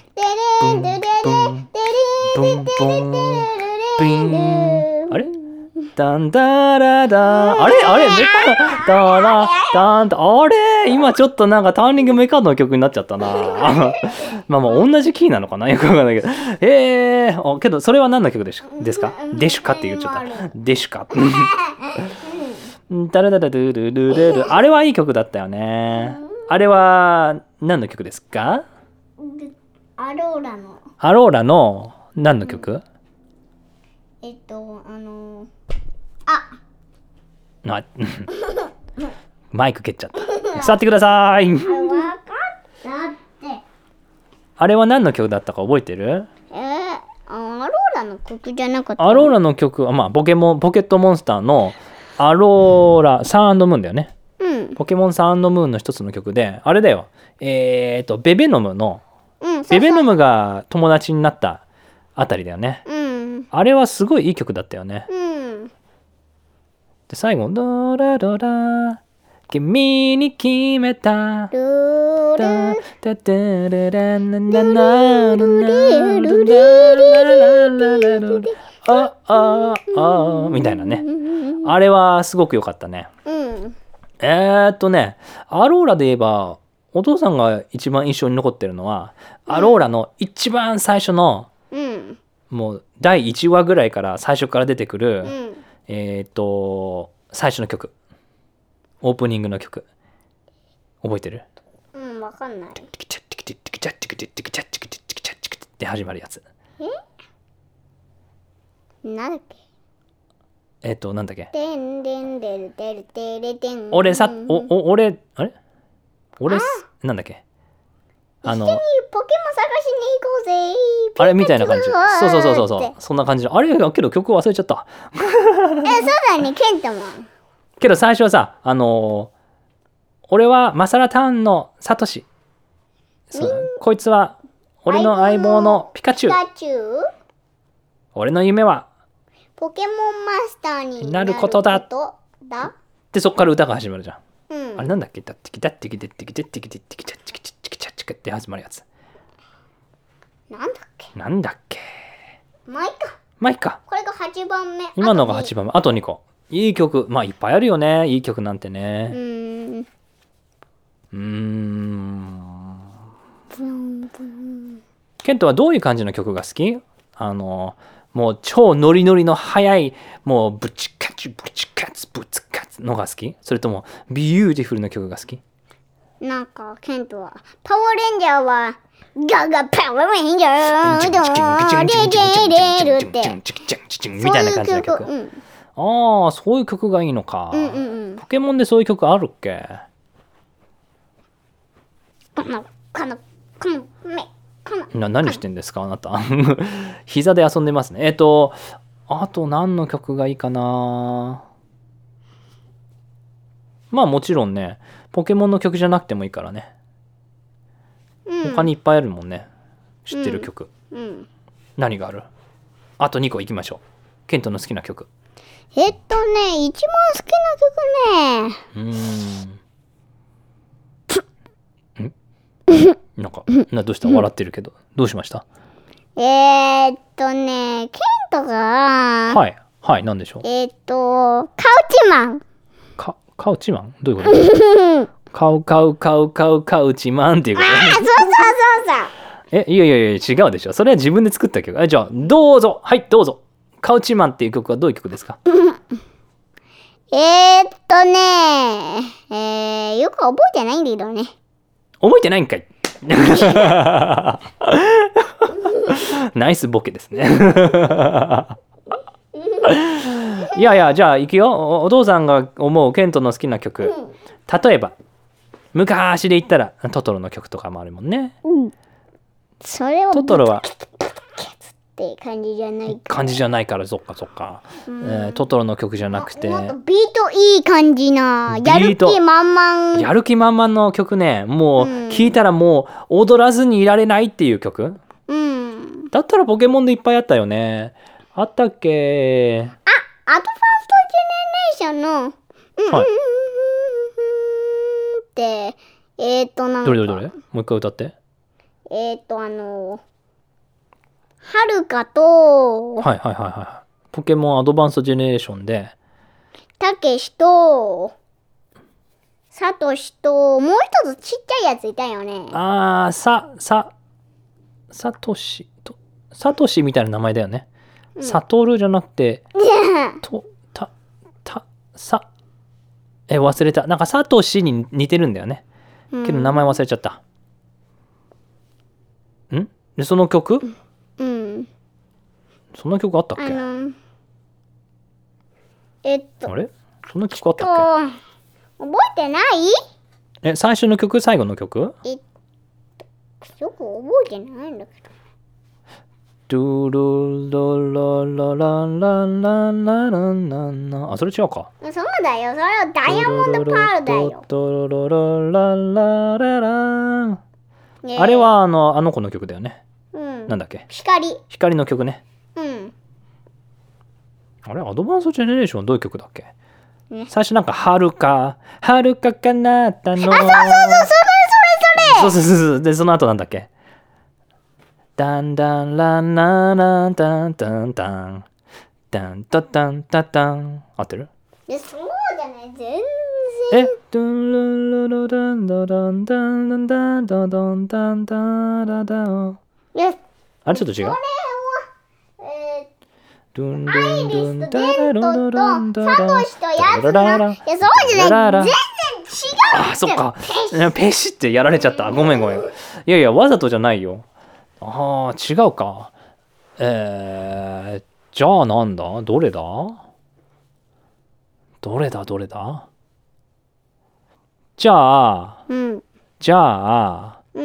あれダンダラダあれあれメカダラダンダあれ今ちょっとなんかターニングメカードの曲になっちゃったなまあまあ同じキーなのかなよくわかんないけどえー、けどそれは何の曲でしですか？デシュカって言っちゃったデシュカダラダラドゥルルルルあれはいい曲だったよね。あれは何の曲ですか？ アローラのアローラの何の曲？ えっとあのああマイク蹴っちゃった座ってください。 わかったってあれは何の曲だったか覚えてる？ えー、アローラの曲じゃなかった？ アローラの曲はまあポケモンポケットモンスターのアローラサン&ムーンだよね。 うん。 ポケモンサン&ムーンの一つの曲であれだよえっとベベノムのうん、 ベベノムが友達になったあたりだよね。 うん。 あれはすごいいい曲だったよね。 うん。 で最後ドラドラ君に決めたルータルタタララナナナナナルルあああみたいなね。あれはすごく良かったね。 うんえーっとねアローラで言えばお父さんが一番印象に残ってるのは、アローラの一番最初の、 うん、 もうだいいちわぐらいから最初から出てくる、 うん、 えーっと最初の曲オープニングの曲覚えてる？ うん、わかんない。 ティキチャティキチャティキチャティキチャティキチャティキチャティキチャティキチャって始まるやつ。 え？なんだっけ？ えーっとなんだっけ？ てんでんでるてるてるてん。 俺さおお俺あれ？俺なんだっけ？あの一緒にポケモン探しに行こうぜ。 あれみたいな感じ。 ピカチュウそうそうそうそうってそうそんな感じのあれけど曲忘れちゃった。 え、そうだね、ケントも。 けど最初はさあのー俺はマサラタウンのサトシ。そうこいつは俺の相棒のピカチュウ。 ピカチュウ？ 俺の夢はポケモンマスターになることだだ。 でそっから歌が始まるじゃん。 うあれなんだっけ、だってきだってきでってきでってきでってきちゃちきちちきちゃちきって始まるやつ。 なんだっけ。 なんだっけ。 まあいいか。 まあいいか。 これがはちばんめ。 今のがはちばんめ。あとにこ。いい曲。まあいっぱいあるよね。いい曲なんてうね。 ーん。 うーん。 ブンブン。 ケントはどういう感じの曲が好き？あの、もう超ノリノリの速い、もうブチカチブチカツブツカツのが好き？それともビューティフルな曲が好き？ なんかケントはパワーレンジャーはガガパワーレンジャードレレレルってみたいな感じの曲。 うん、 ああ、そういう曲がいいのか。 うんうんうん。 ポケモンでそういう曲あるっけ？ このこのこのめこのな何してんですかあなた。膝で遊んでますね。えっとあと何の曲がいいかな。まあもちろんね、ポケモンの曲じゃなくてもいいからね。他にいっぱいあるもんね。知ってる曲。 うん、 何がある？あとにこいきましょう。ケントの好きな曲。 えっとね、一番好きな曲ね。 うーん。んなんか、などうした？笑ってるけど。どうしました？ えー、っとね、ケントが、 はい。はい、なんでしょう？ えー、っと、カウチマン。 か、カウチマン？どういうことカウカウカウカウカウチマンっていうこと？ あ、そうそうそうそう。 え、いやいやいや、違うでしょ。それは自分で作った曲。あ、じゃあ、どうぞ。はい、どうぞ。カウチマンっていう曲はどういう曲ですか？ えー、っとね、えー、よく覚えてないんだけどね。 覚えてないんかい。ナイスボケですね。いやいや、じゃあ行くよ。お、お父さんが思うケントの好きな曲。 うん、 例えば、昔で言ったらトトロの曲とかもあるもんね。 うん、それはトトロはって感じじゃない感じじゃないから、そっかそっか、えートトロの曲じゃなくて、 もっとビートいい感じな、やる気満々。 やる気満々の曲ね。もう聴いたらもう踊らずにいられないっていう曲。 うん。 だったらポケモンでいっぱいあったよね。あったっけ？ あ、アドバンストジェネレーションの、うん、 はい、 って、えーっとなんか。 どれどれどれ？もう一回歌って。 えーっとあの、はるかと、 はいはいはいはい。ポケモンアドバンストジェネレーションで、 たけしと、さとしと、もう一つちっちゃいやついたよね。 あー、さ、さ、さとし、と、さとしみたいな名前だよね。さとるじゃなくて、と、た、た、さ、え、忘れた。なんかさとしに似てるんだよね。けど名前忘れちゃった。んで、その曲？ うん。 そんな曲あったっけ？ あの、えっと、 あれ？そんな曲あったっと、覚えてない？ け？え、最初の曲？最後の曲？ えっと、よく覚えてないんだけど。 ドゥルルラララララララララ。あ、それ違うか。 そうだよ、それはダイヤモンドパールだよ。 ドロロララララ。 ねえ、 あれはあのあの子の曲だよね。 うん、 なんだっけ？ 光。 光の曲ね。 うん。 あれアドバンストジェネレーションはどういう曲だっけ？ ね、 最初なんかはるかはるかかなったの。 あ、そうそうそう、それそれそれ。 そうそうそうそう。でその後なんだっけ？ダンダンランランランタンタンタンタンタタンタタン。合ってる？ え、そうじゃない、全然。 え、ドゥルルルダンダダンダンダンダンダンダンダンダダダン。 え、 あれちょっと違う？ これは、えー、 ドゥンドアイゥンドゥンリスとダダデントルンダルンとダダサトシとヤツな。いや、そうじゃない、全然違う。 あ、そっか。ペシってやられちゃった。ごめんごめん。いやいや、わざとじゃないよ。ああ、違うか。えー、じゃあなんだ？どれだ？どれだどれだ？じゃあ、 うん。 じゃあ、 うん。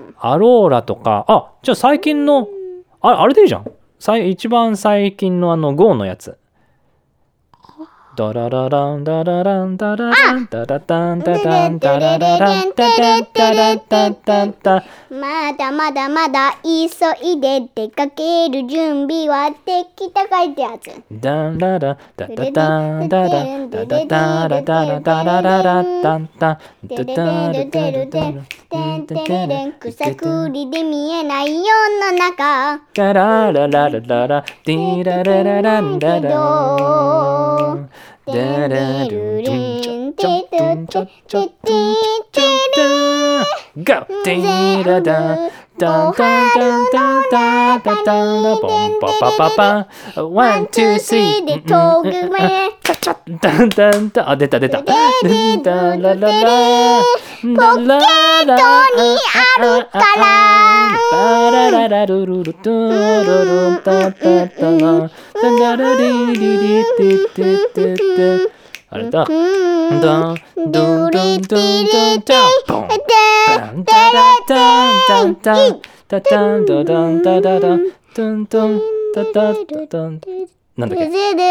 アローラとか、あ、じゃあ最近の、あ、あれでいいじゃん。さい一番最近のあの ゴー のやつ。 ダララランダラランダラランダラダンダダンダララランダダンダラダンダンダ。 まだまだまだ急いで出かける準備はできたかいってやつ。 ダンララダダダンダダダダダラダラダラララダンダダダダダダ草くりで見えない世の中。 ガララララララディラララランダランダラルルンチョチョチョチョチョガッディラダダンダンダンダンダンダンダンポンパパパパワンツースリーで遠くまでダンダンダンあ出た出たダララララポケットにあるからバラララルルルトゥルルタタタラタララリリリテテテテあれだドンドンドンドンドンポンダンダラダンダンダンタタンダダンダダダントントンタタタタンなんだっけ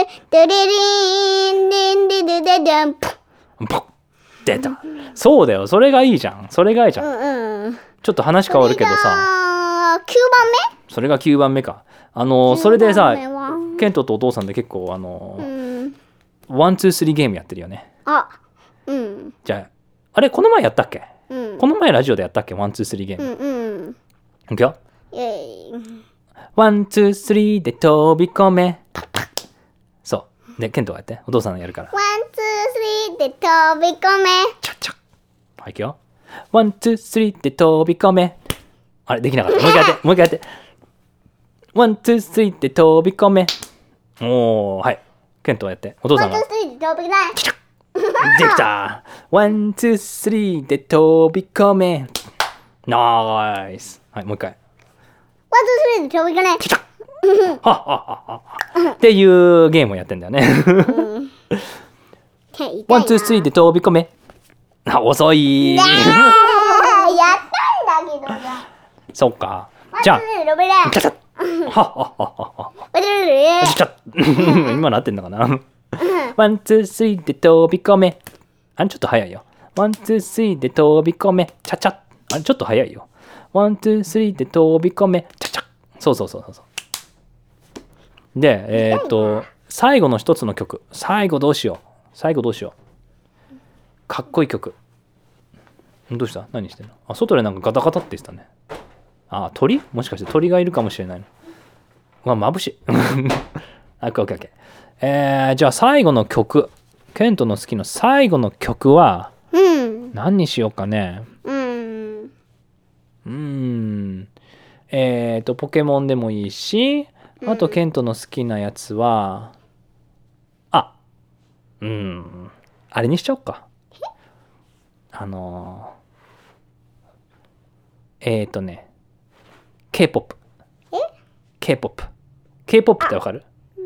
ポン出たそうだよそれがいいじゃんそれがいいじゃんちょっと話変わるけどさきゅうばんめそれがきゅうばんめかあのそれでさケントとお父さんで結構あのワンツースリーゲームやってるよねあうんじゃああれこの前やったっけ、 うん、 この前ラジオでやったっけワンツースリーゲームうんうんいくよイエーイワンツースリーで飛び込めそうでケントがやってお父さんがやるからワンツースリーで飛び込めチャッチャッはいいくよワンツースリーで飛び込めあれできなかったもう一回やってもう一回やってワンツースリーで飛び込めおーはいケントはやってお父さんがワンツースリーで飛び込めできたワンツースリーで飛び込めナイスはいもう一回ワンツースリーで飛び込めはっはっはっはっていうゲームをやってんだよねワンツースリーで飛び込めあ遅いやったんだけどさそっかじゃあチャチャッはっはっはっはチャッ今なってんのかなワンツースリーで飛び込めあちょっと早いよワンツースリーで飛び込めチャチャッあちょっと早いよワンツースリーで飛び込めチャチャッそうそうそうそうでえっと最後の一つの曲最後どうしよう最後どうしようかっこいい曲どうした何してんのあ外でなんかガタガタって言ってたねあ鳥もしかして鳥がいるかもしれないのうわ眩しいあオッケーオッケーオッケーえー、じゃあ最後の曲ケントの好きな最後の曲は、 うん、 何にしようかねうんうーんえっ、ー、とポケモンでもいいしあとケントの好きなやつはあうんあれにしちゃおうかあのー、えっ、ー、とね K-ポップえ K-ポップ K-ポップってわかる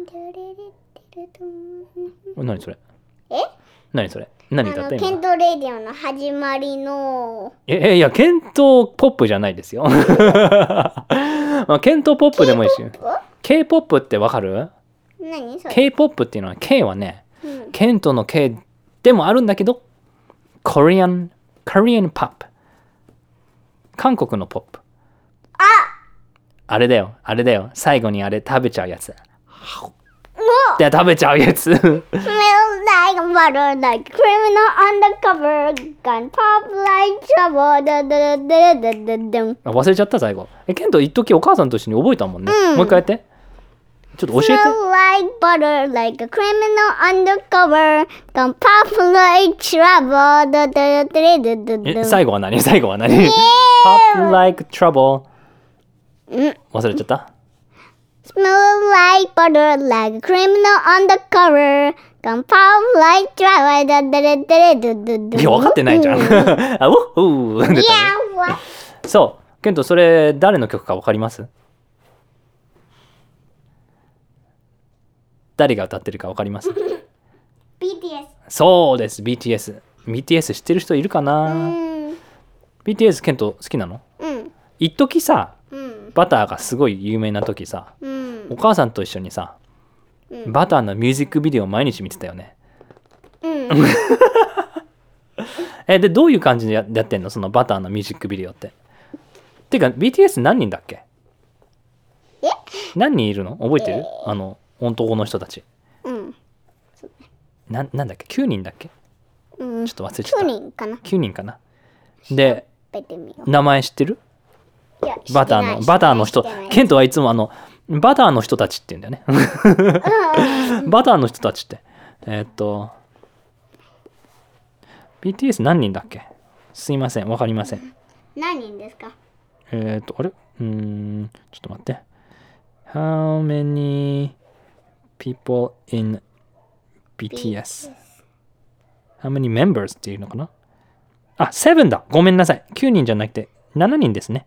何それえ何それ何歌った今ケントレディオの始まりのえいやケントポップじゃないですよまあケントポップでもいいし K ポップってわかる何それ K ポップっていうのは K はね、 うん、 ケントの K でもあるんだけどコリアンコリアンポップ韓国のポップああれだよあれだよ最後にあれ食べちゃうやつで食べちゃうやつ Smells like butter, like criminal undercover, gun pop like trouble. 忘れちゃった最後えケント一時お母さんと一緒に覚えたもんね、うん、もう一回やってちょっと教えて Smells like butter, like a criminal undercover, gun pop like trouble. え最後は何最後は何 Pop like trouble 忘れちゃった Smell like butter, like a criminal undercover. Gun pop like trouble. いや分かってないじゃんあウッウー出たねそうケントそれ誰の曲か分かります誰が歌ってるか分かりますビーティーエスそうです ビーティーエス ビーティーエス 知ってる人いるかな、うん、ビーティーエス ケント好きなのうん一時さ、 うん、 バターがすごい有名な時さ、うん、お母さんと一緒にさ、うん、バターのミュージックビデオを毎日見てたよねうんえでどういう感じで や, やってんのそのバターのミュージックビデオって。てか ビーティーエス 何人だっけ？ え何人いるの覚えてる、 えー、 あの男の人たち。 うんな, なんだっけきゅうにんだっけ、 うん、 ちょっと忘れちゃった。 きゅうにんかな。 きゅうにんかな。で調べてみよう。 名前知ってる？ いやバターのバターの人、ケントはいつもあのバターの人たちって言うんだよねバターの人たちってえー、っと ビーティーエス 何人だっけ？すいませんわかりません。 何人ですか？ えー、っとあれうーんちょっと待って How many people in ビーティーエス? How many members っていうのかなあ、セブンだごめんなさい。きゅうにんじゃなくてしちにんですね。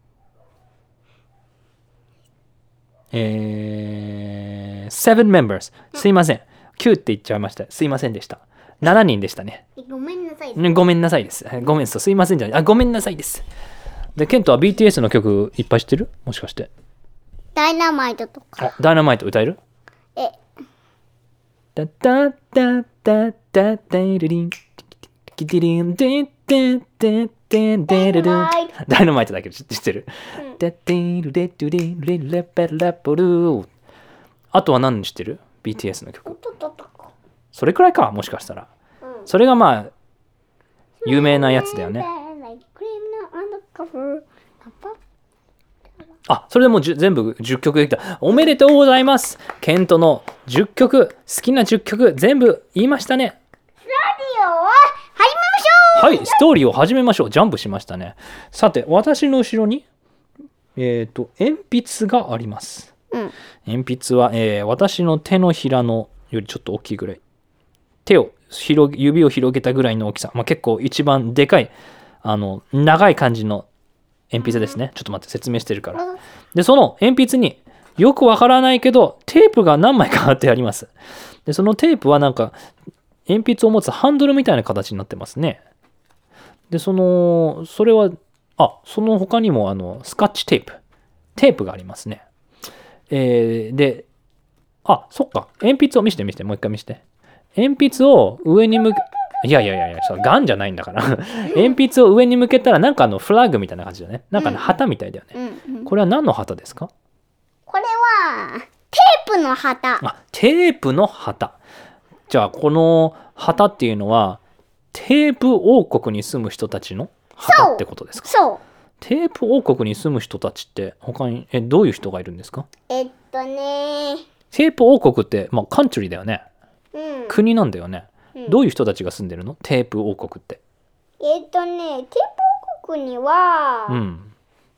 えー、セブン members すいません。きゅうって言っちゃいました。すいませんでした。しちにんでしたね。 ごめんなさい。 ごめんなさいです。ごめんそうすいませんじゃない。あ、ごめんなさいです。で、ケントは ビーティーエス の曲いっぱい知ってる？もしかして。 ダイナマイトとか。 あ、ダイナマイト歌える？ え。 ダダダダダダイルリンキティリンデンデンデンデンデルルンダイナマイトだけど知ってる？デデルレドレレレペラポル。あとは何知ってる？ ビーティーエス の曲。それくらいかもしかしたら。それがまあ有名なやつだよね。あ、それでもう全部じゅっきょくできた。おめでとうございます。ケントのじゅっきょく、好きなじゅっきょく全部言いましたね。 ストーリーを始めましょう。 はい、ストーリーを始めましょう。ジャンプしましたね。さて、私の後ろに、えっと、鉛筆があります。 うん、 鉛筆は、えー、私の手のひらのよりちょっと大きいぐらい。手を広げ、指を広げたぐらいの大きさ。まあ、結構一番でかい、あの、長い感じの鉛筆ですね。ちょっと待って、説明してるから。で、その鉛筆によくわからないけど、テープが何枚か貼ってあります。で、そのテープはなんか、鉛筆を持つハンドルみたいな形になってますね。で、その、それは、あ、その他にも、あの、スカッチテープ。テープがありますね。えー、で、あ、そっか。鉛筆を見せて見せて、もう一回見せて。鉛筆を上に向け、いやいやいやいや、ガンじゃないんだから。鉛筆を上に向けたら、なんかあのフラッグみたいな感じだね。なんかの旗みたいだよね。 うんうん、 これは何の旗ですか？ これは、テープの旗。 あ、テープの旗。じゃあ、この旗っていうのは、テープ王国に住む人たちの旗ってことですか？ そう。 テープ王国に住む人たちって他にえどういう人がいるんですか？ えっとねテープ王国って、まあ、カントリーだよね、 うん、 国なんだよね、うん、どういう人たちが住んでるの？テープ王国って。 えっとねテープ王国には、うん、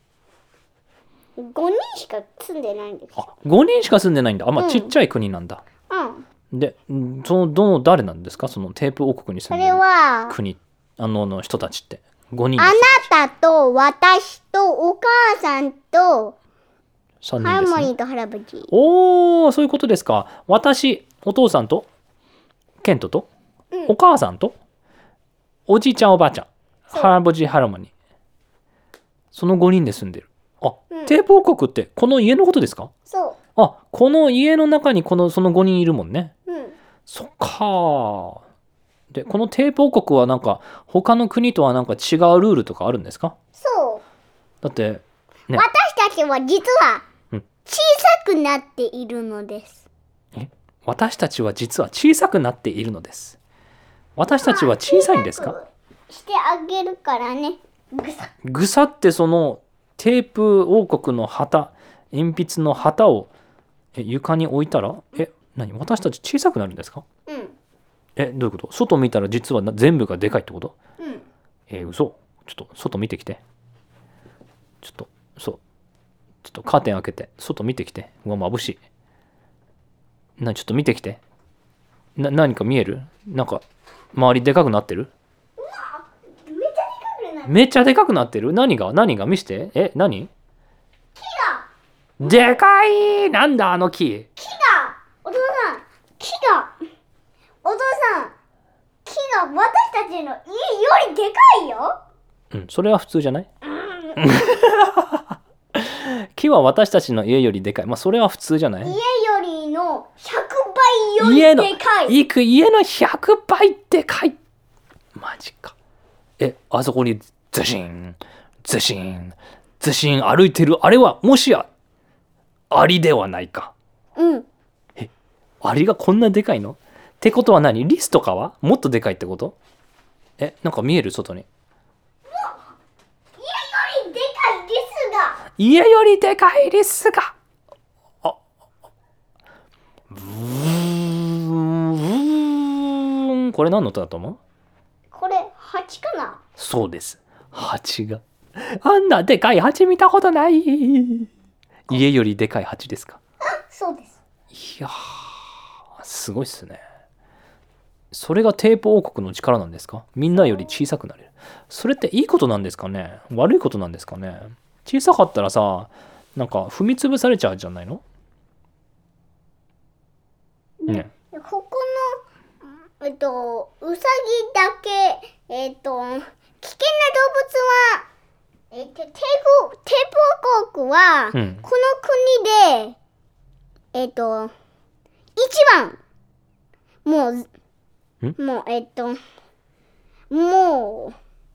ごにんしか住んでないんです。 あ、ごにんしか住んでないんだ。あ、まあ、うん、ちっちゃい国なんだ。 うん、 でそのどの誰なんですか？そのテープ王国に住んでる国あのの人たちってごにん。 あなたと私とお母さんとさんにんですね。 ハーモニーとハラブジ。 おー、そういうことですか。私、お父さんとケントと、うん、お母さんとおじいちゃんおばあちゃん、ハラボジハラモニー、そのごにんで住んでる。あ、うん、テープ王国ってこの家のことですか？ そう。 あ、この家の中にこのそのごにんいるもんね。 うん。 そっか。で、このテープ王国はなんか他の国とはなんか違うルールとかあるんですか？ そう。 だって、ね、 私たちは実は小さくなっているのです。 うん、え、私たちは実は小さくなっているのです。私たちは小さいんですか？ してあげるからね。ぐさ。 ぐさってそのテープ王国の旗、鉛筆の旗をえ床に置いたら、え、何？私たち小さくなるんですか？ うん。 え、どういうこと？外見たら実は全部がでかいってこと？ うん。 えー、嘘。ちょっと外見てきて。ちょっと、そう。ちょっとカーテン開けて、外見てきて。うわ、眩しい。な、ちょっと見てきて。な、何か見える？なんか、周りでかくなってる？ うわ、めっちゃでかくなってる。 めっちゃでかくなってる？何が？何が？見して。え、何？ 木が。 でかい！なんだあの木。 木が。お父さん、木が。お父さん、木が私たちの家よりでかいよ。 うん、それは普通じゃない？木は私たちの家よりでかい。まあそれは普通じゃない？ 家よりのひゃく倍よりでかい。 いく家のひゃくばいでかい。マジか。え、あそこにズシンズシンズシン歩いてるあれはもしやアリではないか。 うん。 え、アリがこんなでかいの？ってことは何？リスとかはもっとでかいってこと？え、なんか見える外に。 家よりでかいリスが。 家よりでかいリスが。あ、ブーン。これ何の音だと思う？ これ蜂かな？ そうです。蜂が。あんなでかい蜂見たことない。家よりでかい蜂ですか？ そうです。 いやー、すごいっすね。それがテープ王国の力なんですか？みんなより小さくなれる。それっていいことなんですかね？悪いことなんですかね？小さかったらさ、なんか踏み潰されちゃうじゃないの？ね。 ここの、えっと、ウサギだけ、えっと、危険な動物は、えっと、テープ、テープ王国は、 うん、 この国で、えっと、一番、もう、もう、えっと、もう、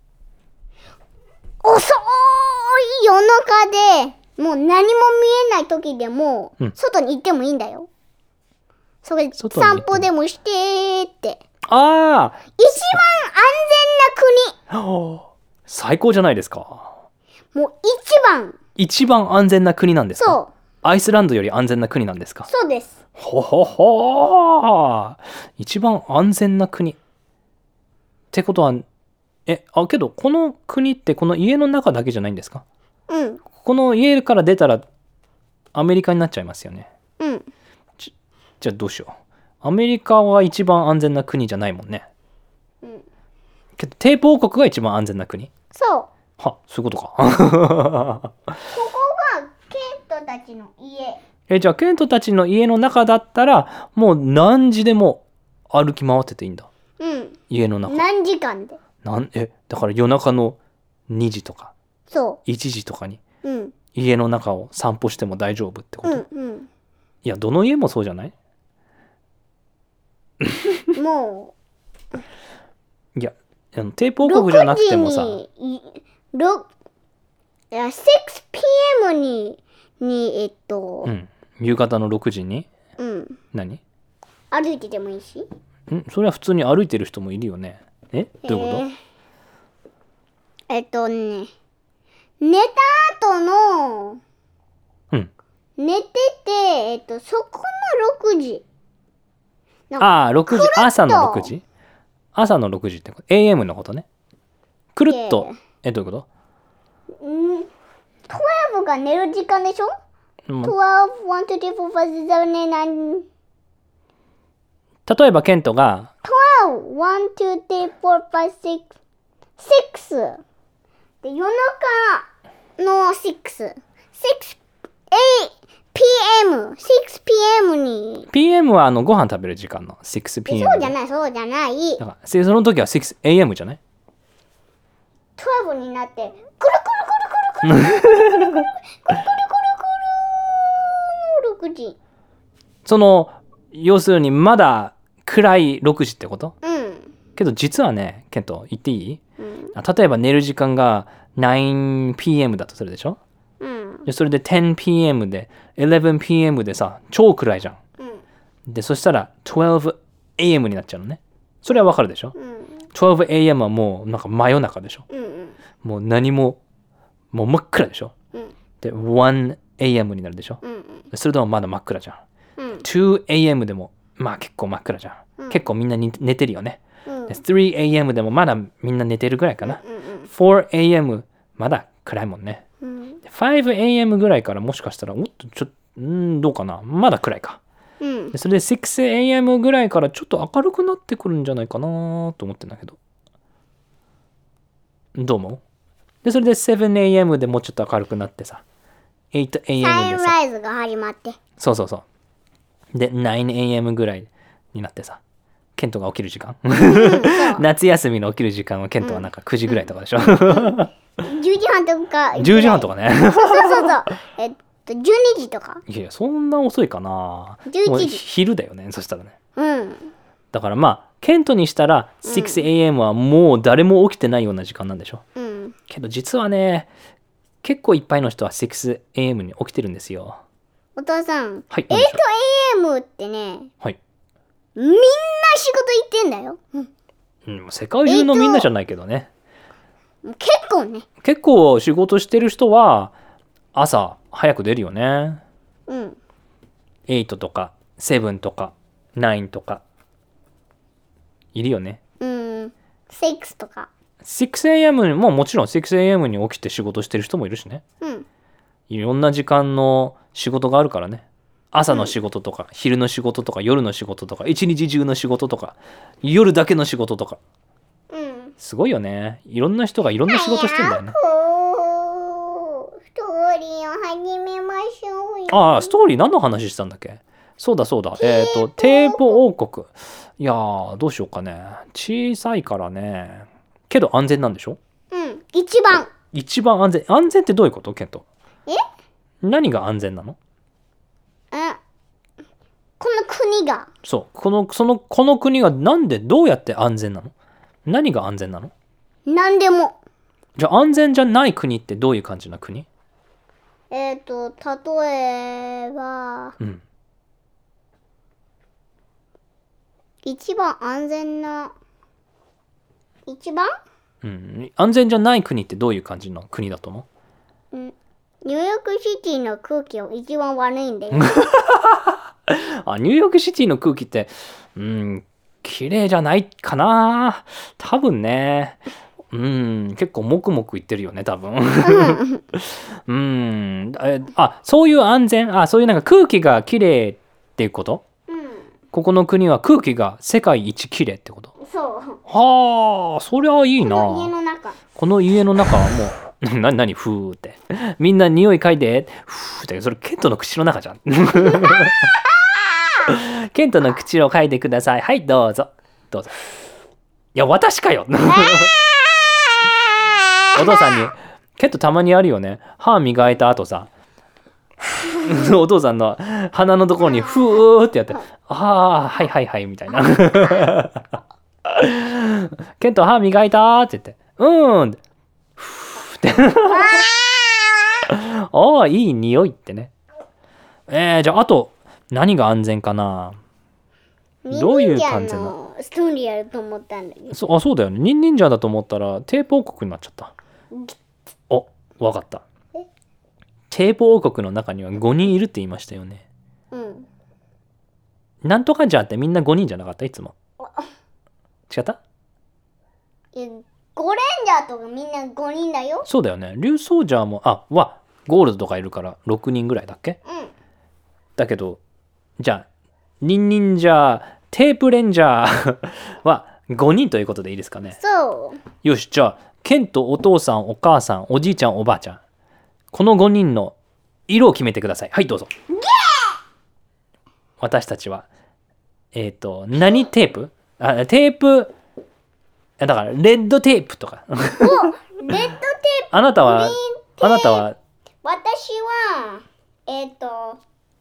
遅い夜中で、もう何も見えない時でも、 うん、 外に行ってもいいんだよ。それ散歩でもしてーって。 ああ、 一番安全な国。 最高じゃないですか。 もう一番。 一番安全な国なんですか？ そう。 アイスランドより安全な国なんですか？ そうです。 ほほほー。一番安全な国。ってことは、え、あ、けどこの国ってこの家の中だけじゃないんですか？ うん。 この家から出たらアメリカになっちゃいますよね。 うん。 じ, じゃあどうしよう。アメリカは一番安全な国じゃないもんね。 うん。 けどテープ王国が一番安全な国？ そう。 は、そういうことか。 ここがケントたちの家。 え、じゃあケントたちの家の中だったらもう何時でも歩き回ってていいんだ。 うん。 家の中。 何時間で。 なんえだから夜中のにじとかそういちじとかにうん。 家の中を散歩しても大丈夫ってこと？ うんうんいや、どの家もそうじゃない？ もいや、あのテープう、 王国じゃなくてもさ、 ろくじに、いろいや ろくピーエム に、に、えっと、 うん、夕方のろくじにうん、 何？ 歩いててもいいし。 んそれは普通に歩いてる人もいるよね。えどういうこと？ えーえっとね、寝た後の、 うん。 寝てて、えっと、そこのろくじ。 ああ、ろくじ、 くるっと朝のろくじ？朝のろくじってこと？ エーエム のことね。くるっと、 ええ、どういうこと？ んじゅうにが寝る時間でしょ？ うん、 じゅうに、いち、に、さん、よん、ご、ろく、なな、 例えばケントがじゅうに、いち、に、さん、よん、ご、ろく、ろくで夜中のろく、ろく、はち、ピーエム、ろくピーエム にピーエム はあのご飯食べる時間の ろくピーエムそうじゃないそうじゃないだからその時は ろくエーエム じゃない？ じゅうにになってくるくるくるくるくるくるくるくるくるくるくるくるくるろくじその要するにまだ暗いろくじってこと？ うんけど実はね、ケント言っていい？ うん、 例えば寝る時間が きゅうピーエム だとするでしょ？ うん、 でそれで じゅうピーエム で じゅういちピーエム でさ超暗いじゃん。 うん、 でそしたら じゅうにエーエム になっちゃうのね。それはわかるでしょ？ うん、 じゅうにエーエム はもうなんか真夜中でしょ？ うん、 もう何ももう真っ暗でしょ？ うん、 で いちエーエム になるでしょ？ うん、 それでもまだ真っ暗じゃん。 うん、 にエーエム でもまあ結構真っ暗じゃん。 うん、 結構みんなに寝てるよね。 うん、 でさんエーエム でもまだみんな寝てるぐらいかな。 うん、 よんエーエム まだ暗いもんね。 うん、 ごエーエム ぐらいからもしかしたらおっとちょっとんどうかなまだ暗いか。 うん、 でそれでろくエーエム ぐらいからちょっと明るくなってくるんじゃないかなと思ってんだけど。どう思う？でそれでななエーエム でもうちょっと明るくなってさ はちエーエム でサンさライズが始まってそうそうそうで きゅうエーエム ぐらいになってさケントが起きる時間夏休みの起きる時間はケントはなんかくじぐらいとかでしょ、うん、 じゅうじはんとかじゅうじはんとかねそうそうそうそうえじゅうにじとか。 いやそんな遅いかな。 じゅういちじもう昼だよねそしたらね。 うんだからまあケントにしたら シックスエーエム はもう誰も起きてないような時間なんでしょ。 うんけど実はね結構いっぱいの人は シックスエーエム に起きてるんですよ。 お父さん、 はい。 エイトエーエム ってね、 はい。 みんな仕事行ってんだよ。うんうん、世界中のみんなじゃないけどね。 結構ね。 結構仕事してる人は朝早く出るよね。 うん。 エイトとかセブンとかナインとかいるよね。 うん。シックスとか。 シックスエーエム にももちろん シックスエーエム に起きて仕事してる人もいるしね。 うん。 いろんな時間の仕事があるからね。朝の仕事とか、うん、昼の仕事とか夜の仕事とか一日中の仕事とか夜だけの仕事とか、 うん、 すごいよね。いろんな人がいろんな仕事してんだよね。 ストーリーを始めましょうよ。 ああストーリー何の話したんだっけ。そうだそうだえっ、ー、とテープ王国。いやーどうしようかね。小さいからね。けど安全なんでしょ。 うん一番一番安全。安全ってどういうこと？ケント。 え何が安全なの？ あこの国がそうこのそのこの国がなんでどうやって安全なの？何が安全なの？ 何でも。 じゃあ安全じゃない国ってどういう感じな国？ えっ、ー、と例えば、 うん、 一番安全な一番、 うん、安全じゃない国ってどういう感じの国だと思う？うん、ニューヨークシティの空気は一番悪いんだよ。 あニューヨークシティの空気ってうん綺麗じゃないかな多分ね。うん結構もくもく言ってるよね多分。うんあそういう安全あそういうなんか空気が綺麗っていうこと、 うん、 ここの国は空気が世界一綺麗ってこと。 そうはあそりゃいいな。 この家の中この家の中はもうな何ふーってみんな匂い嗅いでふーってそれケントの口の中じゃん。ケントの口を嗅いでください。はいどうぞどうぞ。いや私かよ。お父さんにケントたまにあるよね。歯磨いた後さお父さんの鼻のところにふーってやってああはいはいはいみたいな。ケント歯磨いたって言ってうーんふーってああいい匂いってね。えー、じゃああと何が安全かな。どういう感じなの？ ストーリーやると思ったんだけど。 そあそうだよね。ニンニンジャーだと思ったらテープ王国になっちゃった。おわかった。テープ王国の中にはごにんいるって言いましたよね。 うん。 なんとかじゃってみんなごにんじゃなかったいつも。違った？ えゴレンジャーとかみんなごにんだよ。 そうだよね。竜ソージャーもあわゴールドとかいるからろくにんぐらいだっけ？ うん。 だけどじゃあニンニンジャーテープレンジャーはごにんということでいいですかね。 そう。 よしじゃあケンとお父さんお母さんおじいちゃんおばあちゃんこのごにんの色を決めてください。はいどうぞ。私たちはえっ、ー、と何テープあテープだからレッドテープとか。 おレッドテープ。 あなたはあなたは私はえっ、ー、と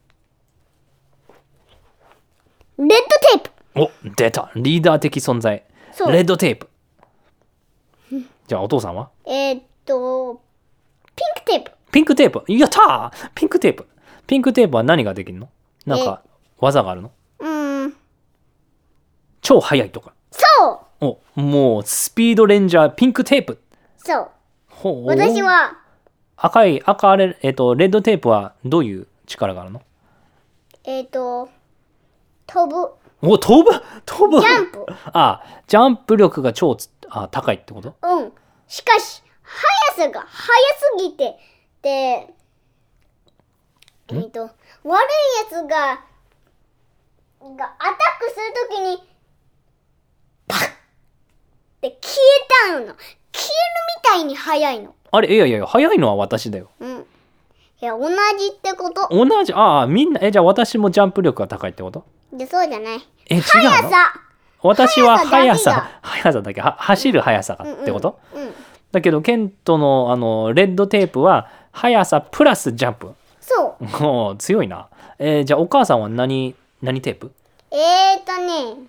レッドテープ。 お出たリーダー的存在レッドテープ。じゃあお父さんはえっ、ー、とピンクテープ。 ピンクテープやったー。ピンクテープピンクテープは何ができるの？なんか技があるの？ うん超速いとか。 そうおもうスピードレンジャーピンクテープ。 そうほう私は赤い赤あれ、えーとレッドテープはどういう力があるの？ えっ、ー、と飛ぶ。 お飛ぶ飛ぶジャンプ。 あジャンプ力が超あ高いってこと？ うんしかし速さが速すぎてでえっ、ー、と悪いやつががアタックするときにパッって消えたの。消えるみたいに速いの。 あれいやいや速いのは私だよ。 うんいや同じってこと。 同じああみんなえじゃあ私もジャンプ力が高いってこと？ でそうじゃない。 え違うの？ 速さ私は速さ速速さだけは走る速さがってこと？ うんうんうん、 だけどケントのあのレッドテープは速さプラスジャンプ。 そそうおー強いな。えー、じゃあお母さんは何何テープ？ えーっとね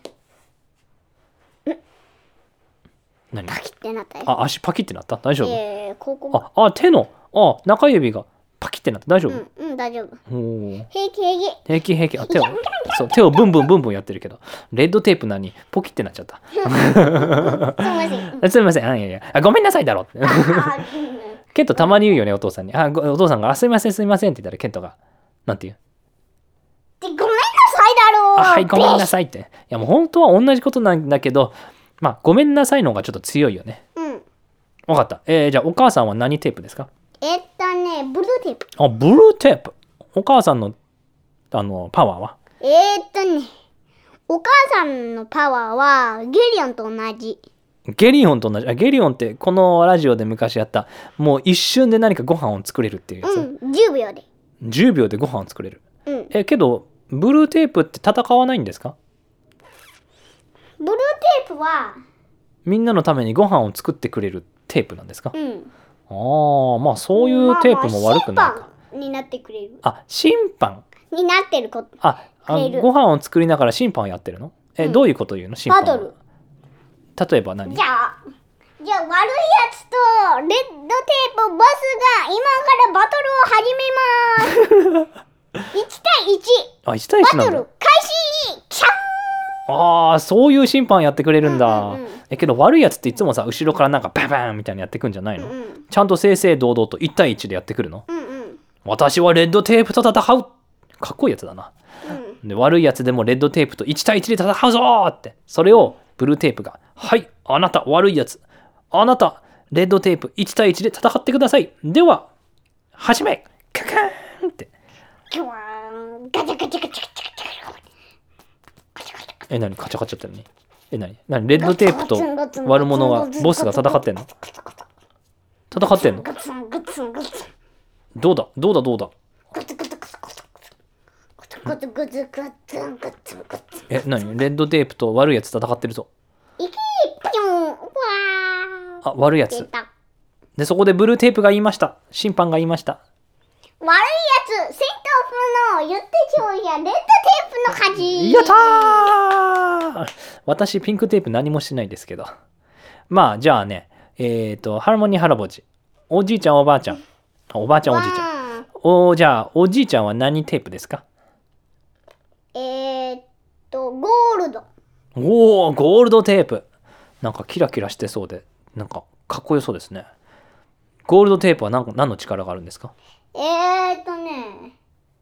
何？ パキってなったよ。 あ、足パキってなった？大丈夫？ えー、ここがああ、手のあ中指がパキってなった。大丈夫？ うんうん大丈夫。 おー平気平気。 平気平気。あ、手をそう手をブンブンブンブンやってるけど、レッドテープ何ポキってなっちゃった。 すいません。うんすみません。あいやいやあごめんなさいだろって。 あうんケントたまに言うよね、お父さんに。あごお父さんがあすいませんすいませんって言ったらケントがなんて言う？ でごめんなさいだろう。 あはいごめんなさいって。いやもう本当は同じことなんだけど、まあごめんなさいの方がちょっと強いよね。 うん。 わかった。えー、じゃあお母さんは何テープですか？ えっとねブルーテープ。 あブルーテープ。お母さんのあのパワーは？ えーっとねお母さんのパワーはゲリオンと同じ。 ゲリオンと同じ。あゲリオンってこのラジオで昔やったもう一瞬で何かご飯を作れるっていうやつ、 うんじゅうびょうで。 じゅうびょうでご飯を作れる。 うんえけどブルーテープって戦わないんですか？ ブルーテープはみんなのためにご飯を作ってくれるテープなんですか？ うんああまあそういうテープも悪くないか。 まあまあ審判になってくれるあ審判。 になってること。 ああくれるご飯を作りながら審判をやってるの？え、 うんどういうこと言うの審判は？ バトル。 例えば何？ じゃあじゃあ悪いやつとレッドテープボスが今からバトルを始めますいち対いちあいち対いちなんだ。 バトル開始キャン。 ああそういう審判やってくれるんだ、 うんうんうんえけど悪いやつっていつもさ後ろからなんかバンバンみたいにやってくんじゃないの？ うんうんちゃんと正々堂々といち対いちでやってくるの？ うんうん私はレッドテープと戦う。かっこいいやつだな。 うんで悪いやつでもレッドテープといち対いちで戦うぞーって、それをブルーテープがはいあなた悪いやつあなたレッドテープいち対いちで戦ってくださいでは始めカカーンってキュワーンガチャガチャガチャガチャガチャガチャガチャえ何カチャカチャって何？え何何レッドテープと悪者がボスが戦ってんの？戦ってんの？ ガツンガツンガツンどうだどうだどうだガツガツガツガツガツガツガツガツンガツンガツンえ何レッドテープと悪いやつ戦ってるぞ。 いきピョンわーあ悪いやつ出たでそこでブルーテープが言いました。審判が言いました。 悪いやつ、戦闘風の言ってちょいやレッドテープの勝ち。 やったー。私ピンクテープ何もしてないですけど、まあじゃあねえっ、ー、とハーモニーハラボジおじいちゃんおばあちゃんおばあちゃんおじいちゃんおじゃあおじいちゃんは何テープですか？ えー、っとゴールド。 おおゴールドテープなんかキラキラしてそうでなんかかっこよそうですね。ゴールドテープは何何の力があるんですか？ えー、っとね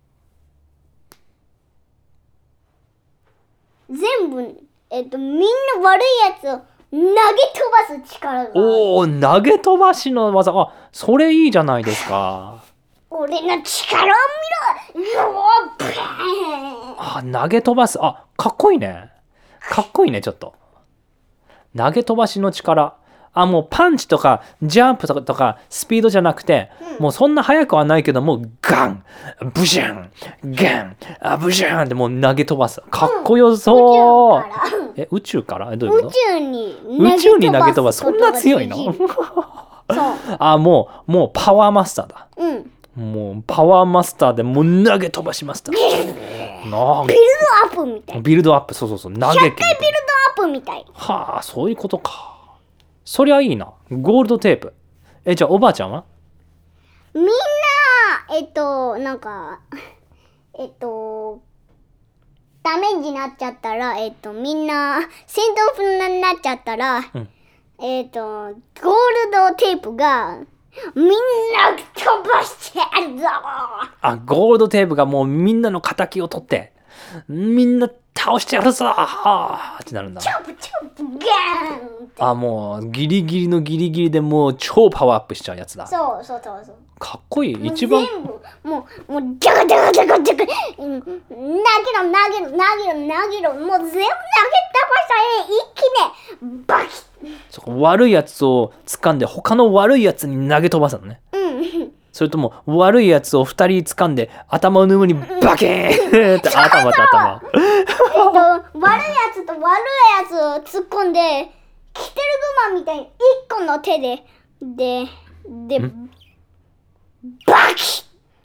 全部えっとみんな悪いやつを投げ飛ばす力がある。 おお投げ飛ばしの技あそれいいじゃないですか。 俺の力を見ろ。うわブーンあ投げ飛ばすあかっこいいねかっこいいねちょっと投げ飛ばしの力あもうパンチとかジャンプとかとかスピードじゃなくて、うん、もうそんな速くはないけどもうガンブシャンガンあブシャンってもう投げ飛ばすかっこよそう、うん、宇宙からえどういうこと？ 宇宙に宇宙に投げ飛ばすそんな強いの？ そうあもうもうパワーマスターだ。 うんもうパワーマスターでもう投げ飛ばしましたビルドアップみたいビルドアップそうそうそう投げひゃっかいビルドアップみたいはあそういうことか。そりゃいいなゴールドテープ。えじゃあおばあちゃんは？ みんなえっとなんかえっとダメージになっちゃったらえっとみんな戦闘風になっちゃったら、うん、えっとゴールドテープがみんな飛ばしてやるぞ。 あゴールドテープがもうみんなの敵を取ってみんな倒してやるぞはあってなるんだ。 チョップチョップガーンってあもうギリギリのギリギリでもう超パワーアップしちゃうやつだ。 そうそうそうそうかっこいい一番全部もうもうジャカジャカジャカジャカ、うん、投げろ投げろ投げろ投げろもう全部投げ飛ばしたら一気にバキッそこ悪いやつを掴んで他の悪いやつに投げ飛ばすのね。 うんそれとも悪いやつを二人掴んで頭の上にバキーンって頭と頭えっと悪いやつと悪いやつを突っ込んでキテルグマみたいに一個の手でででバキッ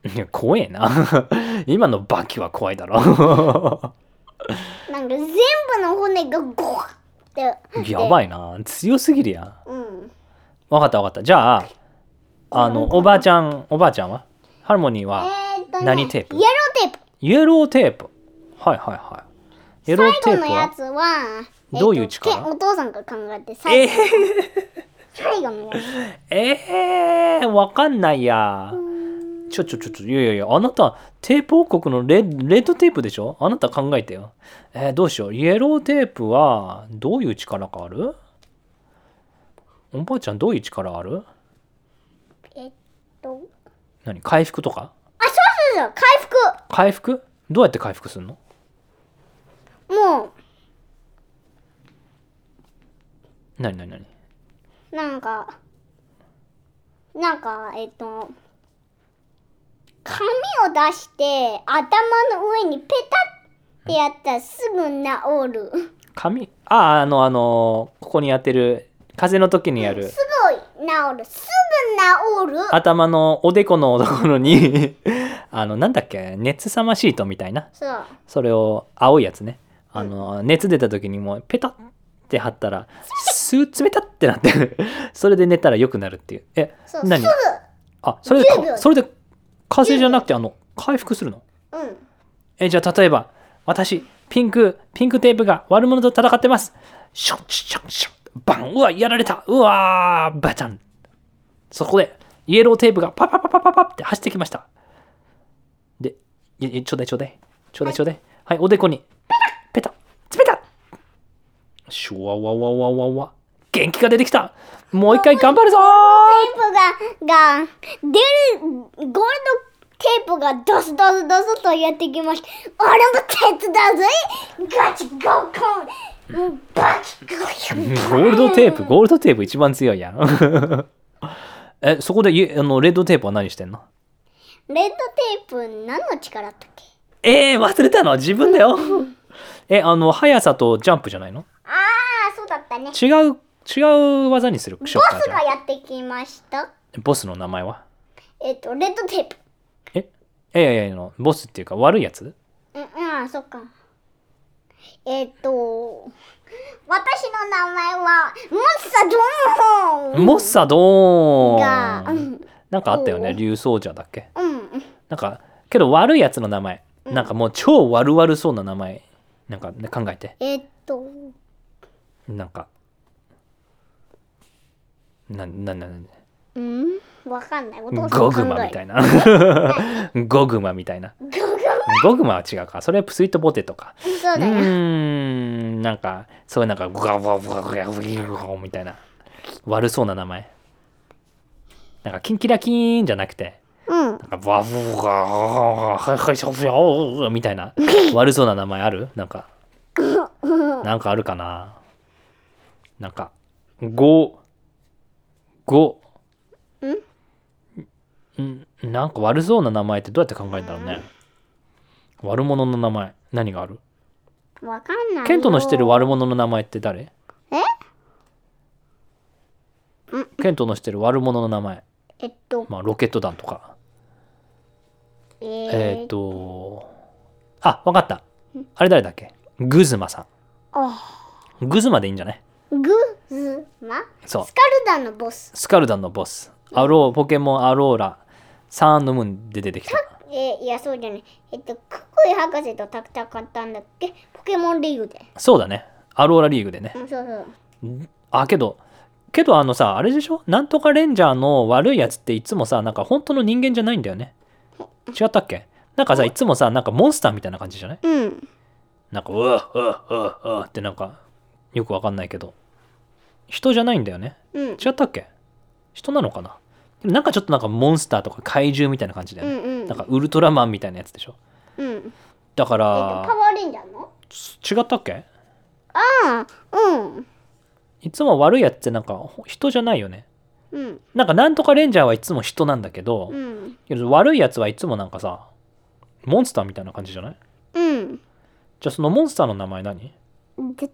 いや怖えな今のバキは怖いだろなんか全部の骨がゴワってやばいな、強すぎるやん。 うんわかったわかった。じゃああのおばあちゃんおばあちゃんはハーモニーはえーっとね何テープイエローテープイエローテープ。はいはいはい。イエローテープ最後のやはつはどういう力えっとけお父さんが考えて最後の、最後のやつえー、わかんないや。ちょちょちょちょいやいやいや、あなたテープ王国のレレッドテープでしょ。あなた考えてよ。えー、どうしよう。イエローテープはどういう力がある？おばあちゃんどういう力ある？ えっと何？回復とか？ あそうそうそう回復回復？どうやって回復するの？ もう何何何？ なんかなんかえっと紙を出して頭の上にペタってやったらすぐ治る紙？ああ、あのあのここにやってる風邪の時にやるすぐ治るすぐ治る頭のおでこのところにあのなんだっけ、熱さまシートみたいな、 そうそれを青いやつね、あの、熱出た時にもうペタッって貼ったらスー冷たってなってそれで寝たら良くなるっていう。え何？ そうすあ、それでじゅうびょうそれで風邪じゃなくてあの回復するの？ ぐうんえじゃあ例えば私ピンクピンクテープが悪者と戦ってます。ショッショッショッバン、うわやられた、うわーバチャン。そこでイエローテープがパパパパパパって走ってきました。で、いいちょうだいちょうだいちょうだいちょうだい。はい、おでこにペタペタシュワワワワワワ。元気が出てきた。もう一回頑張るぞテープがが出るゴールドテープがドスドスドスとやってきました。俺も手伝うぜ。ガチゴーコンバチゴー。ゴールドテープゴールドテープ一番強いやんえ、そこでいあのレッドテープは何してんの？ レッドテープ何の力だったっけ？ えー、忘れたの自分だよえ、あの速さとジャンプじゃないの？ ああそうだったね。 違う違う技にする。 ボスショッカーじゃんがやってきました。 ボスの名前は？ えっとレッドテープ。 えいやいやいやのボスっていうか悪いやつ？ うんああそっか。えっと私の名前はモッサドーン。 モッサドーンがうんなんかあったよね、竜奏者だっけ？ うんなんかけど悪いやつの名前、なんかもう超悪々そうな名前なんか、ね、考えて。 えっとなんかななななうんわかんない。お父さんゴ考えグマみたいなゴグマみたいな。ゴグマは違うか、それはスイートポテトか。 そうだよ。 うーんなんかそういうなんかゴガゴガゴガゴガゴガみたいな悪そうな名前。なんかキンキラキーンじゃなくてうんなんかバブガはいはいしょしょみたいな悪そうな名前ある？なんかなんかあるかな。なんかゴゴんなんか悪そうな名前ってどうやって考えるんだろうね。悪者の名前何がある？ わかんないよ。 ケントの知ってる悪者の名前って誰？ えケントの知ってる悪者の名前、 えっとまあロケット弾とか。 ええー、 ーっとあわかった。あれ誰だっけ？グズマさあん。グズマでいいんじゃない？ グズマそうスカルダンのボス。 スカルダンのボス。アローポケモンアローラサンのムーンで出てきた。 えーいやそうじゃない。えっとククイ博士と戦ったんだっけ？ポケモンリーグで。 そうだね、アローラリーグでね。 うんそうそうあけどけどあのさあれでしょ、なんとかレンジャーの悪いやつっていつもさなんか本当の人間じゃないんだよね。違ったっけ？なんかさいつもさなんかモンスターみたいな感じじゃない？ うんなんかうわうわうわうわってなんかよくわかんないけど人じゃないんだよね。 うん違ったっけ？人なのかな。でもなんかちょっとなんかモンスターとか怪獣みたいな感じだよね、 うんうんなんかウルトラマンみたいなやつでしょ。 うんえっだかとパらワーレンジャーの違ったっけ？ ああうんいつも悪いやつってなんか人じゃないよね。 うんなんかなんとかレンジャーはいつも人なんだけど、 うんけど悪いやつはいつもなんかさモンスターみたいな感じじゃない？ うんじゃあそのモンスターの名前何？ で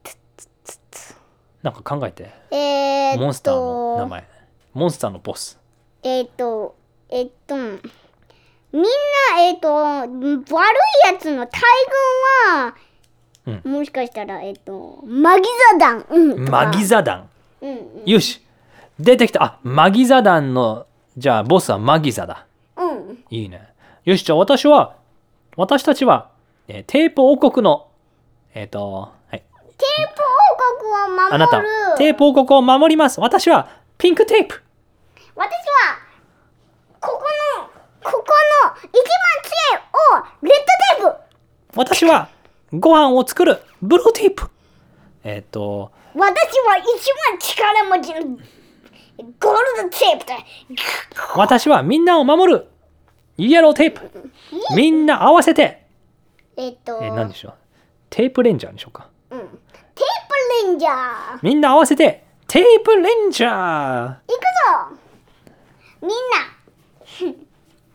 なんか考えて。 えー、っとモンスターの名前モンスターのボス。 えー、っとえー、っとみんなえっ、ー、と悪いやつの大群は、うん、もしかしたらえっ、ー、とマギザ団、うん、 マギザ団、 うんうん、 よし出てきた。あ、マギザ団のじゃあボスはマギザだ。 うん。 いいね。よし、じゃあ私は私たちは、えー、テープ王国のえっ、ー、とはい。テープ王国を守る。 あなたテープ王国を守ります。私はピンクテープ。 私はここのここの一番強いをレッドテープ。 私はご飯を作るブルーテープ。えっ、ー、と私は一番力持ちのゴールドテープだ。 私はみんなを守るイエローテープ。みんな合わせてえっとえー、何でしょう。テープレンジャーにしようか。 うん。テープレンジャー。 みんな合わせてテープレンジャー。 行くぞ。みんな。イエローテ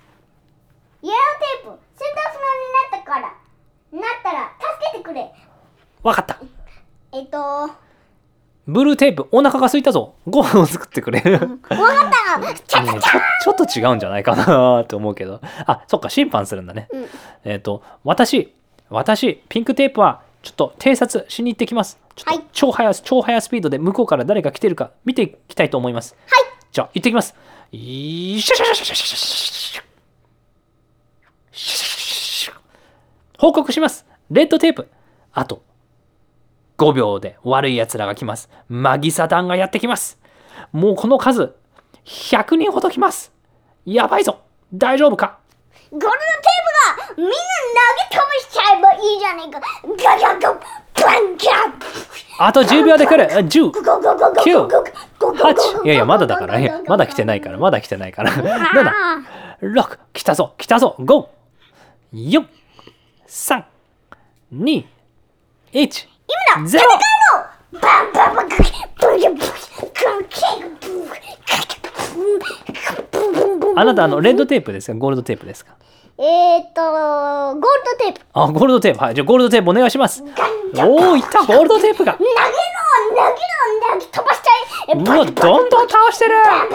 ープ戦闘不能になったからなったら助けてくれ。 わかった。 えっとブルーテープお腹が空いたぞ。ご飯を作ってくれ。わかったちゃちゃちゃちょっと違うんじゃないかなって思うけど。あ、そっか審判するんだね。 うん、 えっ、ー、と私私ピンクテープはちょっと偵察しに行ってきます。ちょっと超速、はい、超速スピードで向こうから誰が来てるか見ていきたいと思います。 はい。 じゃあ行ってきます。いしゃしゃしゃしゃしゃしゃしゃ。報告します。レッドテープ。あとごびょうで悪い奴らが来ます。マギサ団がやってきます。もうこの数ひゃくにんほど来ます。やばいぞ。大丈夫か。 ゴールドテープがみんな投げ飛ばしちゃえばいいじゃねえか。ガガガバンガあとじゅうびょうで来る。じゅう、きゅう、はち。いやいやまだだから。いやまだ来てないから。まだ来てないから。なな、ろく、来たぞ来たぞ。ご、よん、さん、に、いち、ゼロ。あなたあのレッドテープですかゴールドテープですか。 えーっとゴールドテープ。 あ、ゴールドテープ。はい、じゃあゴールドテープお願いします。おお、いったゴールドテープが。 投げろ投げろ投げ飛ばしちゃえ。 うわ、どんどん倒してる。 もうきゅう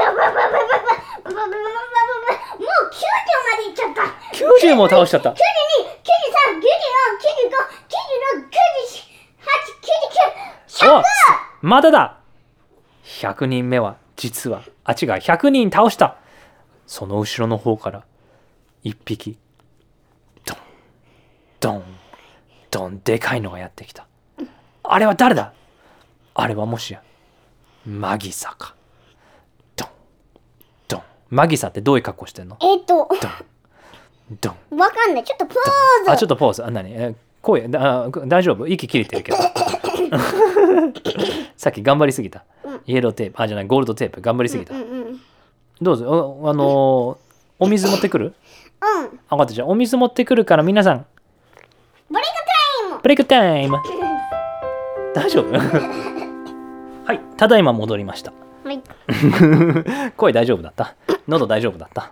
じゅうまでいっちゃった。 きゅうじゅうも倒しちゃった。 きゅうじゅうに、きゅうじゅうさん、きゅうじゅうよん、きゅうじゅうご、きゅうじゅうろく、きゅうじゅうはち、きゅうじゅうきゅう、ひゃく。 まだだ。ひゃくにんめは実はあ違うひゃくにん倒した。その後ろの方からいっぴきドンドンドンでかいのがやってきた。あれは誰だ。あれはもしやマギサか。ドンドン。マギサってどういう格好してんの。 えっとドンドン。 わかんない。ちょっとポーズ。 あ、ちょっとポーズ。あ、何え声あ大丈夫。息切れてるけどさっき頑張りすぎた、うん、イエローテープあじゃないゴールドテープ頑張りすぎた、 うんうんうん、 どうぞ あ, あのー、お水持ってくる。 うん。 分かった。じゃあお水持ってくるから皆さんブレイクタイム。 ブレイクタイム大丈夫はい、ただいま戻りました。 はい声大丈夫だった。喉大丈夫だった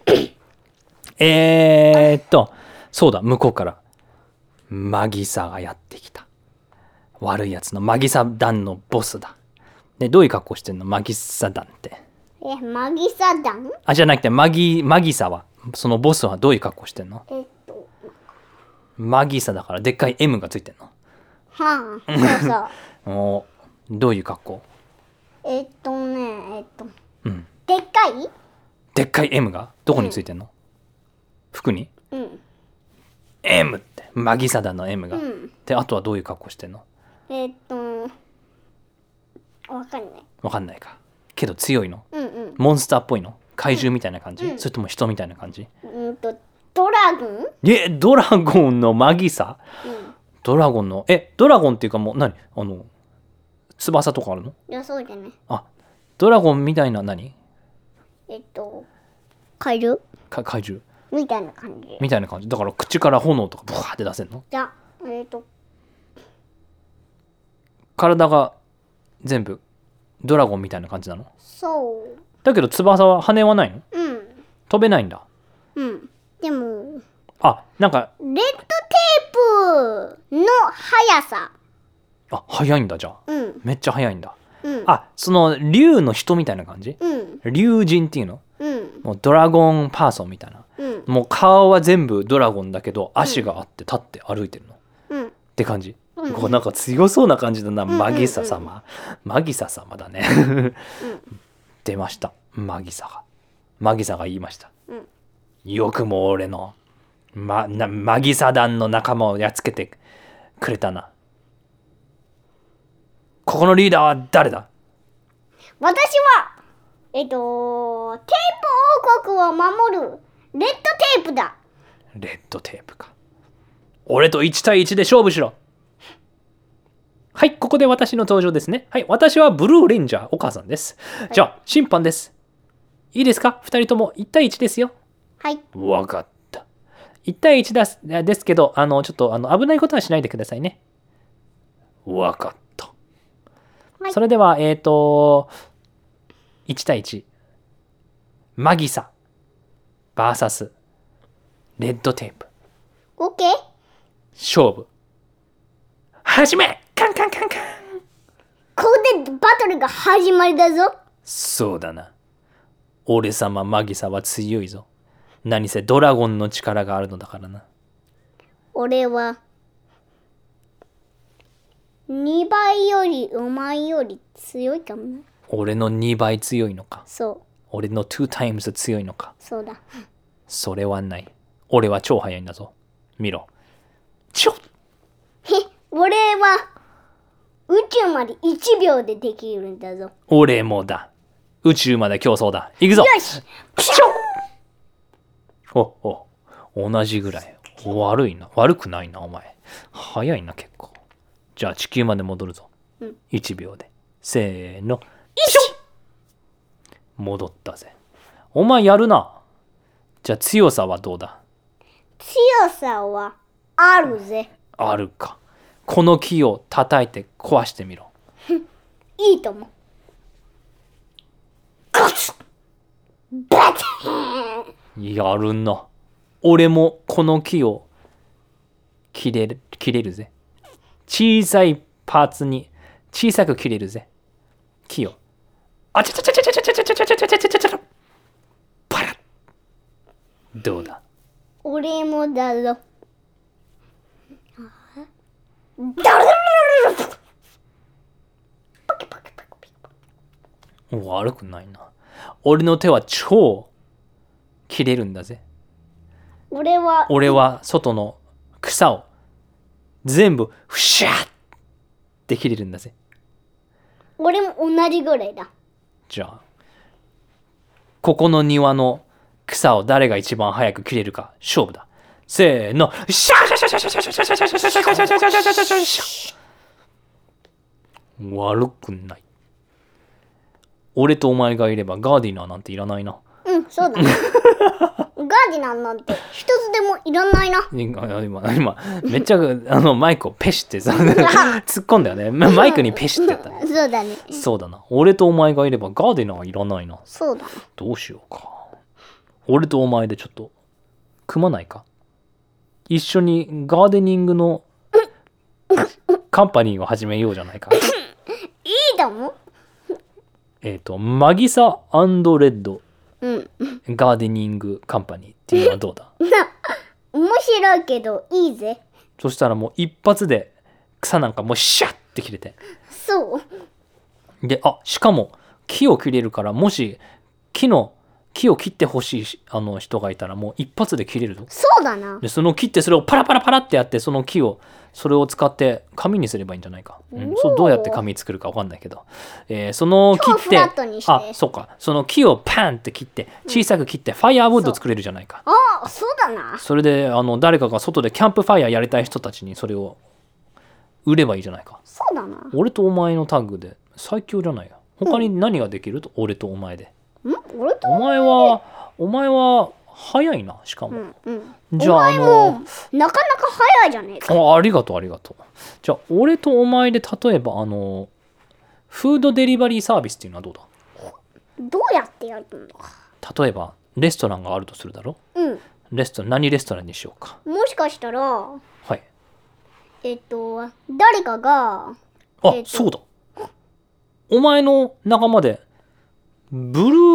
えーっとそうだ、向こうからマギサがやってきた。悪いやつのマギサ団のボスだ。で、どういう格好してんのマギサ団って。 え、マギサ団？ あ、じゃなくてマギ、マギサは、そのボスはどういう格好してんの。 えっとマギサだからでっかい エム がついてんの。 はあ、そうそうおどういう格好。 えっとね、えっと、 うん、 でっかいでっかい エム がどこについてんの、うん、服に、 うん、 エム ってマギサ団の エム が、 うん、 であとはどういう格好してんの。 えっとわかんない。 わかんないか。けど強いの、 うんうん、 モンスターっぽいの。怪獣みたいな感じ、 うん、 それとも人みたいな感じ。 うんとドラゴン。 えドラゴンのマギサ、 うん、 ドラゴンのえドラゴンっていうかもう何あの翼とかあるの。 いやそうじゃね。 あドラゴンみたいな何えっと怪獣か怪獣みたいな感じみたいな感じだから口から炎とかブワーって出せんの。 じゃえっと体が全部ドラゴンみたいな感じなの。 そうだけど翼は羽はないの。 うん飛べないんだ。 うんでもあなんかレッドテープの速さ。 あ速いんだ。じゃあ、 うん、 めっちゃ速いんだ、 うん、 あその竜の人みたいな感じ、 うん、 竜神っていうの、 うん、 もうドラゴンパーソンみたいな、 うん、 もう顔は全部ドラゴンだけど足があって立って歩いてるの、 うん、 って感じ、 うん、 こうなんか強そうな感じだな、 うん、 マギサ様、うん、マギサ様だね、うん、出ましたマギサがマギサが言いました、うん、よくも俺の、ま、なマギサ団の仲間をやっつけてくれたな。ここのリーダーは誰だ？ 私はえっとテープ王国を守るレッドテープだ。 レッドテープか。俺といち対いちで勝負しろ。はい、ここで私の登場ですね。はい、私はブルーレンジャーお母さんです。はい、じゃあ審判です。いいですか？ふたりともいち対いちですよ。 はい。 わかった。いち対いちだすですけど、あのちょっとあの危ないことはしないでくださいね。わかった。はい、それではえっ、ー、といち対いちマギサ ブイエス レッドテープ。 オッケー。 勝負。始め。カンカンカンカン。 ここでバトルが始まりだぞ。 そうだな。俺様マギサは強いぞ。何せドラゴンの力があるのだからな。 俺はにばいよりお前より強いかもな。 俺のにばい強いのか。 そう。 俺のにタイムズ強いのか。 そうだ。 それはない。俺は超速いんだぞ。見ろ。ちょっ。 へ、俺は宇宙までいちびょうでできるんだぞ。 俺もだ。宇宙まで競争だ。行くぞ。 よし。 ちょっ。おお、同じぐらい。悪いな。悪くないな、お前。速いな、結構。じゃあ地球まで戻るぞ。うん、いちびょうで。せーの。 一緒。 戻ったぜ。お前やるな。じゃあ強さはどうだ？ 強さはあるぜ。 あるか。この木を叩いて壊してみろ。 いいと思う。ゴツバタン。やるな。俺もこの木を切れる、切れるぜ。小さいパーツに小さく切れるぜ。木を。あちゃちゃちゃちゃちゃちゃちゃちゃちゃちゃちゃちゃちゃちゃちゃ。パラッ。どうだ？ 俺もだぞ。 悪くないな。俺の手は超切れるんだぜ。 俺は俺は外の草を全部ふしゃーって切れるんだぜ。 俺も同じぐらいだ。 じゃあここの庭の草を誰が一番早く切れるか勝負だ。せーの。シャシャシャシャシャシャシャシャシャシャシャシャシャシャシャシャシャシャシャ。悪くない。俺とお前がいればガーディナーなんていらないな。 うん、そうだね。ガーディナーなんて一つでもいらないな。 今今めっちゃあのマイクをペシってさ突っ込んだよね。マイクにペシってやったね。 そうだね。 そうだな。俺とお前がいればガーディナーはいらないな。 そうだ。 どうしようか。俺とお前でちょっと組まないか。一緒にガーデニングのカンパニーを始めようじゃないか。 いいと思う。 えっとマギサ&レッド、 うん、 ガーデニングカンパニーっていうのはどうだ？ 面白いけどいいぜ。 そしたらもう一発で草なんかもうシャッって切れて。 そう。 で、あ、しかも木を切れるから、もし木の木を切ってほしいあの人がいたらもう一発で切れるぞ。 そうだな。 でその切ってそれをパラパラパラってやって、その木をそれを使って紙にすればいいんじゃないか。うん、そうどうやって紙作るか分かんないけど、えー、その切ってあそうかその木をパンって切って小さく切ってファイアーウッド作れるじゃないか。 ああそうだな。 それであの誰かが外でキャンプファイヤーやりたい人たちにそれを売ればいいじゃないか。 そうだな。 俺とお前のタッグで最強じゃないよ。他に何ができると、うん、俺とお前で。 ん俺とお前はお前は早いな。しかも、 うんうん、じゃああのなかなか早いじゃねえか。 あ、ありがとうありがとう。じゃあ俺とお前で例えばあのフードデリバリーサービスっていうのはどうだ？ どうやってやるんだ？ 例えばレストランがあるとするだろ。 うん。 レストラン何レストランにしようか。 もしかしたらはいえっと誰かがあ、 えっと、 そうだ。お前の仲間でブル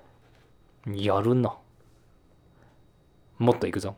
やるな。もっといくぞ。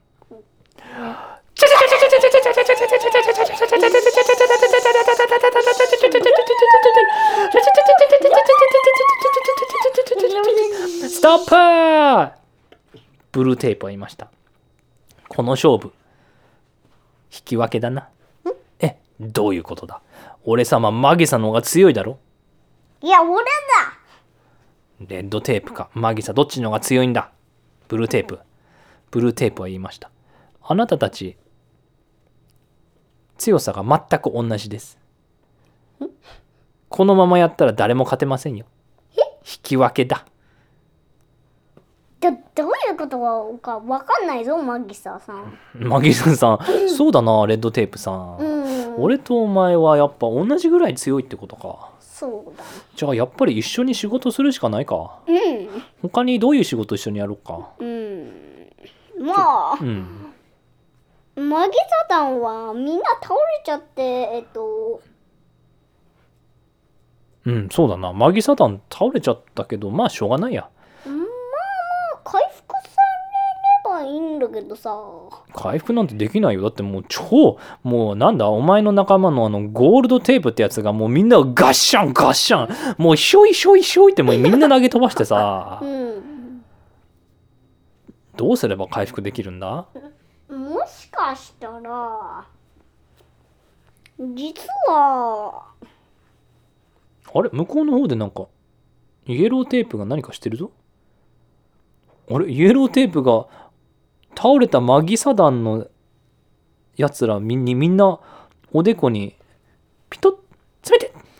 ストップー。ブルーテープは言いました。この勝負引き分けだな。え、どういうことだ。俺様マギサの方が強いだろ。 いや俺だ。 レッドテープかマギサどっちの方が強いんだ。ブルーテープ。ブルーテープは言いました。あなたたち強さが全く同じです。このままやったら誰も勝てませんよ。引き分けだ。 どどういうことか分かんないぞマギサさん。 マギサさん、そうだなレッドテープさん、うん、俺とお前はやっぱ同じぐらい強いってことか。 そうだ、ね、 じゃあやっぱり一緒に仕事するしかないか。 うん。 他にどういう仕事一緒にやろうか。 うん。まあ、うん、マギサさんはみんな倒れちゃってえっとうんそうだなマギサ団倒れちゃったけどまあしょうがないや。 まあまあ回復されればいいんだけどさ。 回復なんてできないよ。だってもう超もうなんだお前の仲間のあのゴールドテープってやつがもうみんなをガッシャンガッシャンもうひょいひょいひょいってもうみんな投げ飛ばしてさ、うん、どうすれば回復できるんだ。 もしかしたら実はあれ向こうの方でなんかイエローテープが何かしてるぞ。あれイエローテープが倒れたマギサ団のやつらにみんなおでこにピトッ詰めて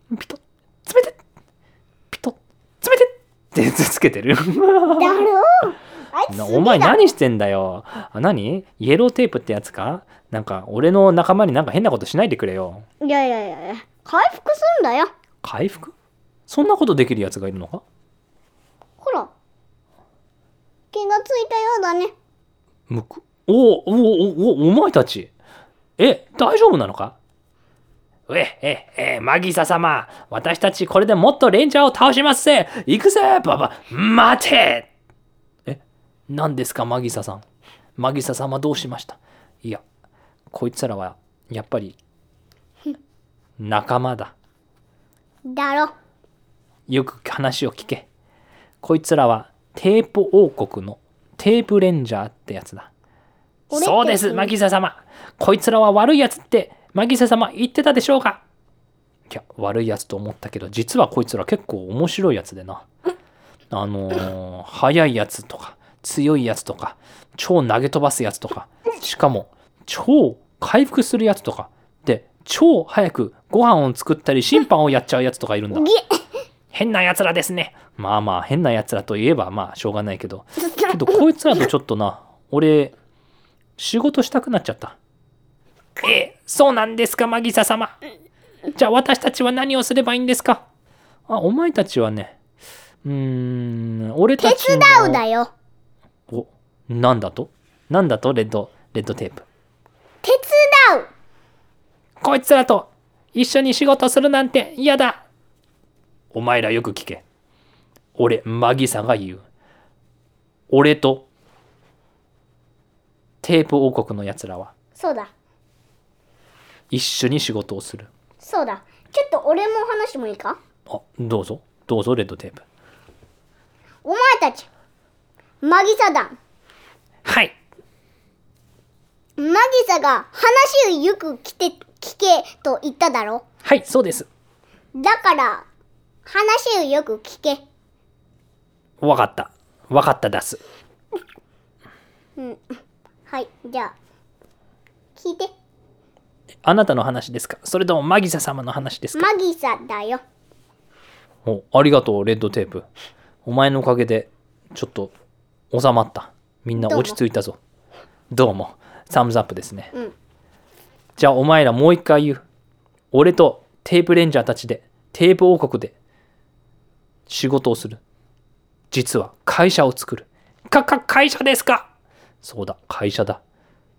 ピトッ冷てピトッ冷てってつけてるだろうあいつお前何してんだよ。あ、何イエローテープってやつか。なんか俺の仲間になんか変なことしないでくれよ。 いやいやいやいや回復するんだよ。 回復？そんなことできるやつがいるのか。 ほら気がついたようだね。 むくおおおおお前たちえ大丈夫なのか。えええマギサ様、私たちこれでもっとレンジャーを倒しますぜ。行くぜババ。待て。え何ですかマギサさん。マギサ様どうしました。いやこいつらはやっぱり仲間だ。 だろ。 よく話を聞け。こいつらはテープ王国のテープレンジャーってやつだ。そうですマギサ様。こいつらは悪いやつってマギサ様言ってたでしょうか。いや悪いやつと思ったけど実はこいつら結構面白いやつでな。あのー、速いやつとか強いやつとか超投げ飛ばすやつとかしかも超回復するやつとかで超早くご飯を作ったり審判をやっちゃうやつとかいるんだ。変なやつらですね。まあまあ変なやつらといえばまあしょうがないけどけどこいつらとちょっとな俺仕事したくなっちゃった。えそうなんですかマギサ様。じゃあ私たちは何をすればいいんですか。あお前たちはねうーん俺たちの手伝うだよ。 おなんだとなんだとレッドレッドテープ。 手伝う。 こいつらと一緒に仕事するなんて嫌だ。お前らよく聞け。俺マギサが言う。俺とテープ王国のやつらはそうだ一緒に仕事をする。 そうだ。ちょっと俺も話してもいいか。 あどうぞどうぞレッドテープ。 お前たちマギサ団。 はい。 マギサが話をよく聞け聞けと言っただろ。 はいそうです。 だから話をよく聞け。 わかったわかったです。 うんはいじゃあ聞いて。 あなたの話ですかそれともマギサ様の話ですか。 マギサだよ。 おありがとうレッドテープ。お前のおかげでちょっと収まった。みんな落ち着いたぞ。どうもサムズアップですね、 うん、 じゃあお前らもう一回言う。俺とテープレンジャーたちでテープ王国で仕事をする。実は会社を作る。かか会社ですか。そうだ会社だ。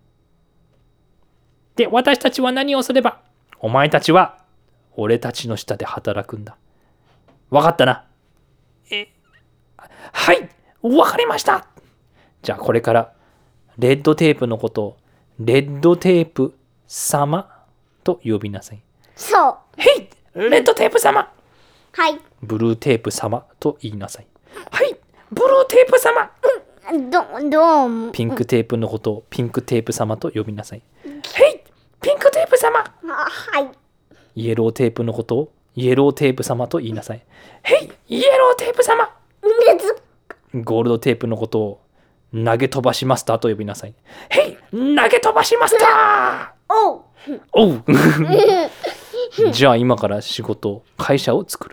で私たちは何をすれば。お前たちは俺たちの下で働くんだ。わかったな。えはいわかりました。じゃあこれからレッドテープのことをレッドテープ様と呼びなさい。 そう。 へいレッドテープ様。 はい。 ブルーテープ様と言いなさい。はいブルーテープ様。 どどうも。 ピンクテープのことをピンクテープ様と呼びなさい。へいピンクテープ様。 あはい。 イエローテープのことをイエローテープ様と言いなさい。へいイエローテープ様。ゴールドテープのことを投げ飛ばしマスターと呼びなさい。へい投げ飛ばしマスター。 おうおうじゃあ今から仕事会社を作る。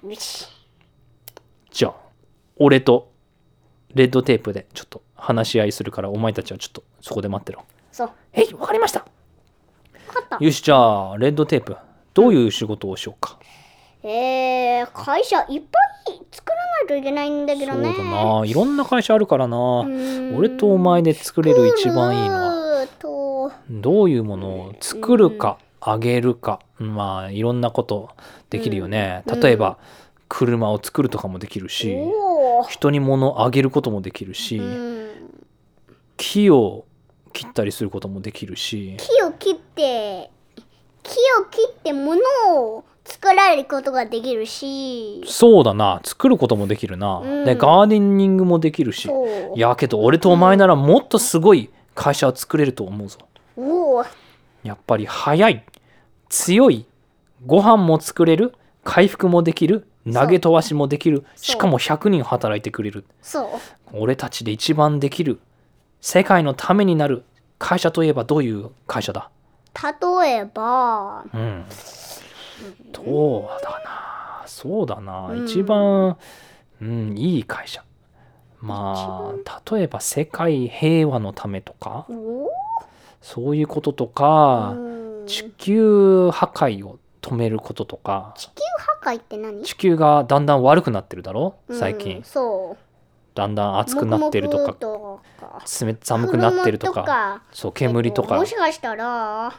じゃあ俺とレッドテープでちょっと話し合いするからお前たちはちょっとそこで待ってろ。 そうへいわかりました。 分かった。 よしじゃあレッドテープどういう仕事をしようか。 えー、会社いっぱい作らないといけないんだけどね。 そうだないろんな会社あるからな。 ん俺とお前で作れる一番いいのはとどういうものを作るかあげるか、まあいろんなことできるよね。 うん例えば車を作るとかもできるし、 おー人に物をあげることもできるし、 うん木を切ったりすることもできるし、 木を切って木を切って物を作られることができるし、 そうだな作ることもできるな、 うんでガーデニングもできるし、 そういやけど俺とお前ならもっとすごい会社を作れると思うぞ。 おおやっぱり速い強いご飯も作れる回復もできる投げ飛ばしもできるしかもひゃくにん働いてくれる。 そう俺たちで一番できる世界のためになる会社といえばどういう会社だ。 例えばうんどうだな、そうだな、 うん一番、うん、いい会社。まあ例えば世界平和のためとかおそういうこととか、 うん地球破壊を止めることとか。 地球破壊って何？ 地球がだんだん悪くなってるだろ最近、 うん、そうだんだん暑くなってるとか黙々とか冷寒くなってるとか、 車とかそう煙とか、 えっともしかしたら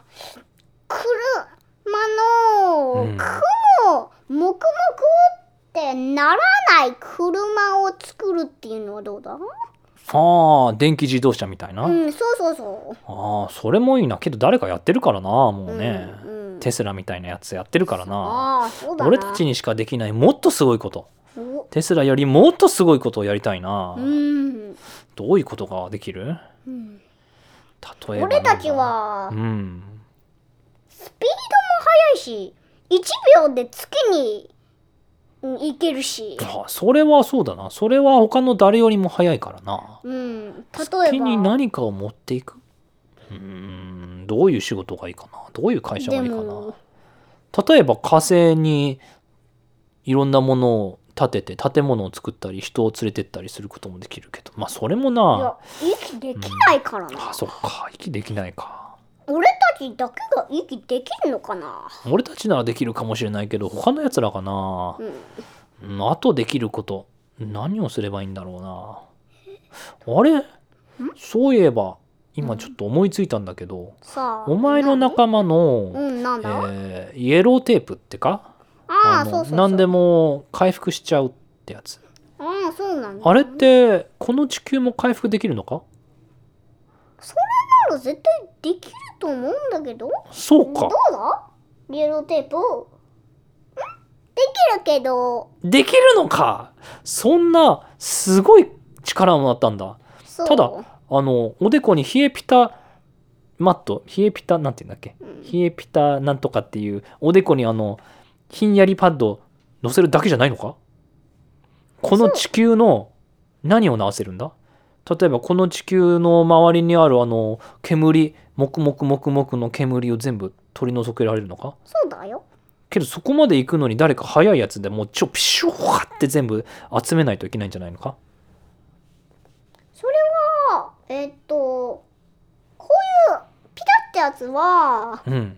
車のうん雲、もくもくってならない車を作るっていうのはどうだ？ ああ電気自動車みたいな、 うん、そうそうそああそれもいいな。けど誰かやってるからなもう。 うね、 うんうん、 テスラみたいなやつやってるからな。 ああ、そうだな。 俺たちにしかできないもっとすごいこと、 おテスラよりもっとすごいことをやりたいな、 うんどういうことができる？ うん、 例えば俺たちはうんスピードも速いしいちびょうで月にうん行けるし、 あそれはそうだな。それは他の誰よりも早いからな。 うん、例えば月に何かを持っていく、うーんどういう仕事がいいかな、どういう会社がいいかな。 でも例えば火星にいろんなものを建てて建物を作ったり人を連れてったりすることもできるけど、まあそれもいなや息できないからな、 あそっか息できないか。 俺たちだけが息できるのかな。 俺たちならできるかもしれないけど他のやつらかな、 うんうん、あとできること何をすればいいんだろうな。あれそういえば今ちょっと思いついたんだけど、 さあお前の仲間の、 うんなんだ、 えーイエローテープってかああのそうそうそう、 何でも回復しちゃうってやつ。 ああそうなんだ。 あれってこの地球も回復できるのか？ それなら絶対できると思うんだけど。 そうかどうだイエローテープ、んできるけど。 できるのか。そんなすごい力をもらったんだ。 そうただあのおでこに冷えピタマット冷えピタなんて言うんだっけ、 うん冷えピタなんとかっていうおでこにあのひんやりパッド乗せるだけじゃないのか？この地球の何を直せるんだ？例えばこの地球の周りにあるあの煙もくもくもくもくの煙を全部取り除けられるのか？ そうだよ。 けどそこまで行くのに誰か早いやつでもうちょピシューって全部集めないといけないんじゃないのか？ それはえっとこういうピタってやつはうん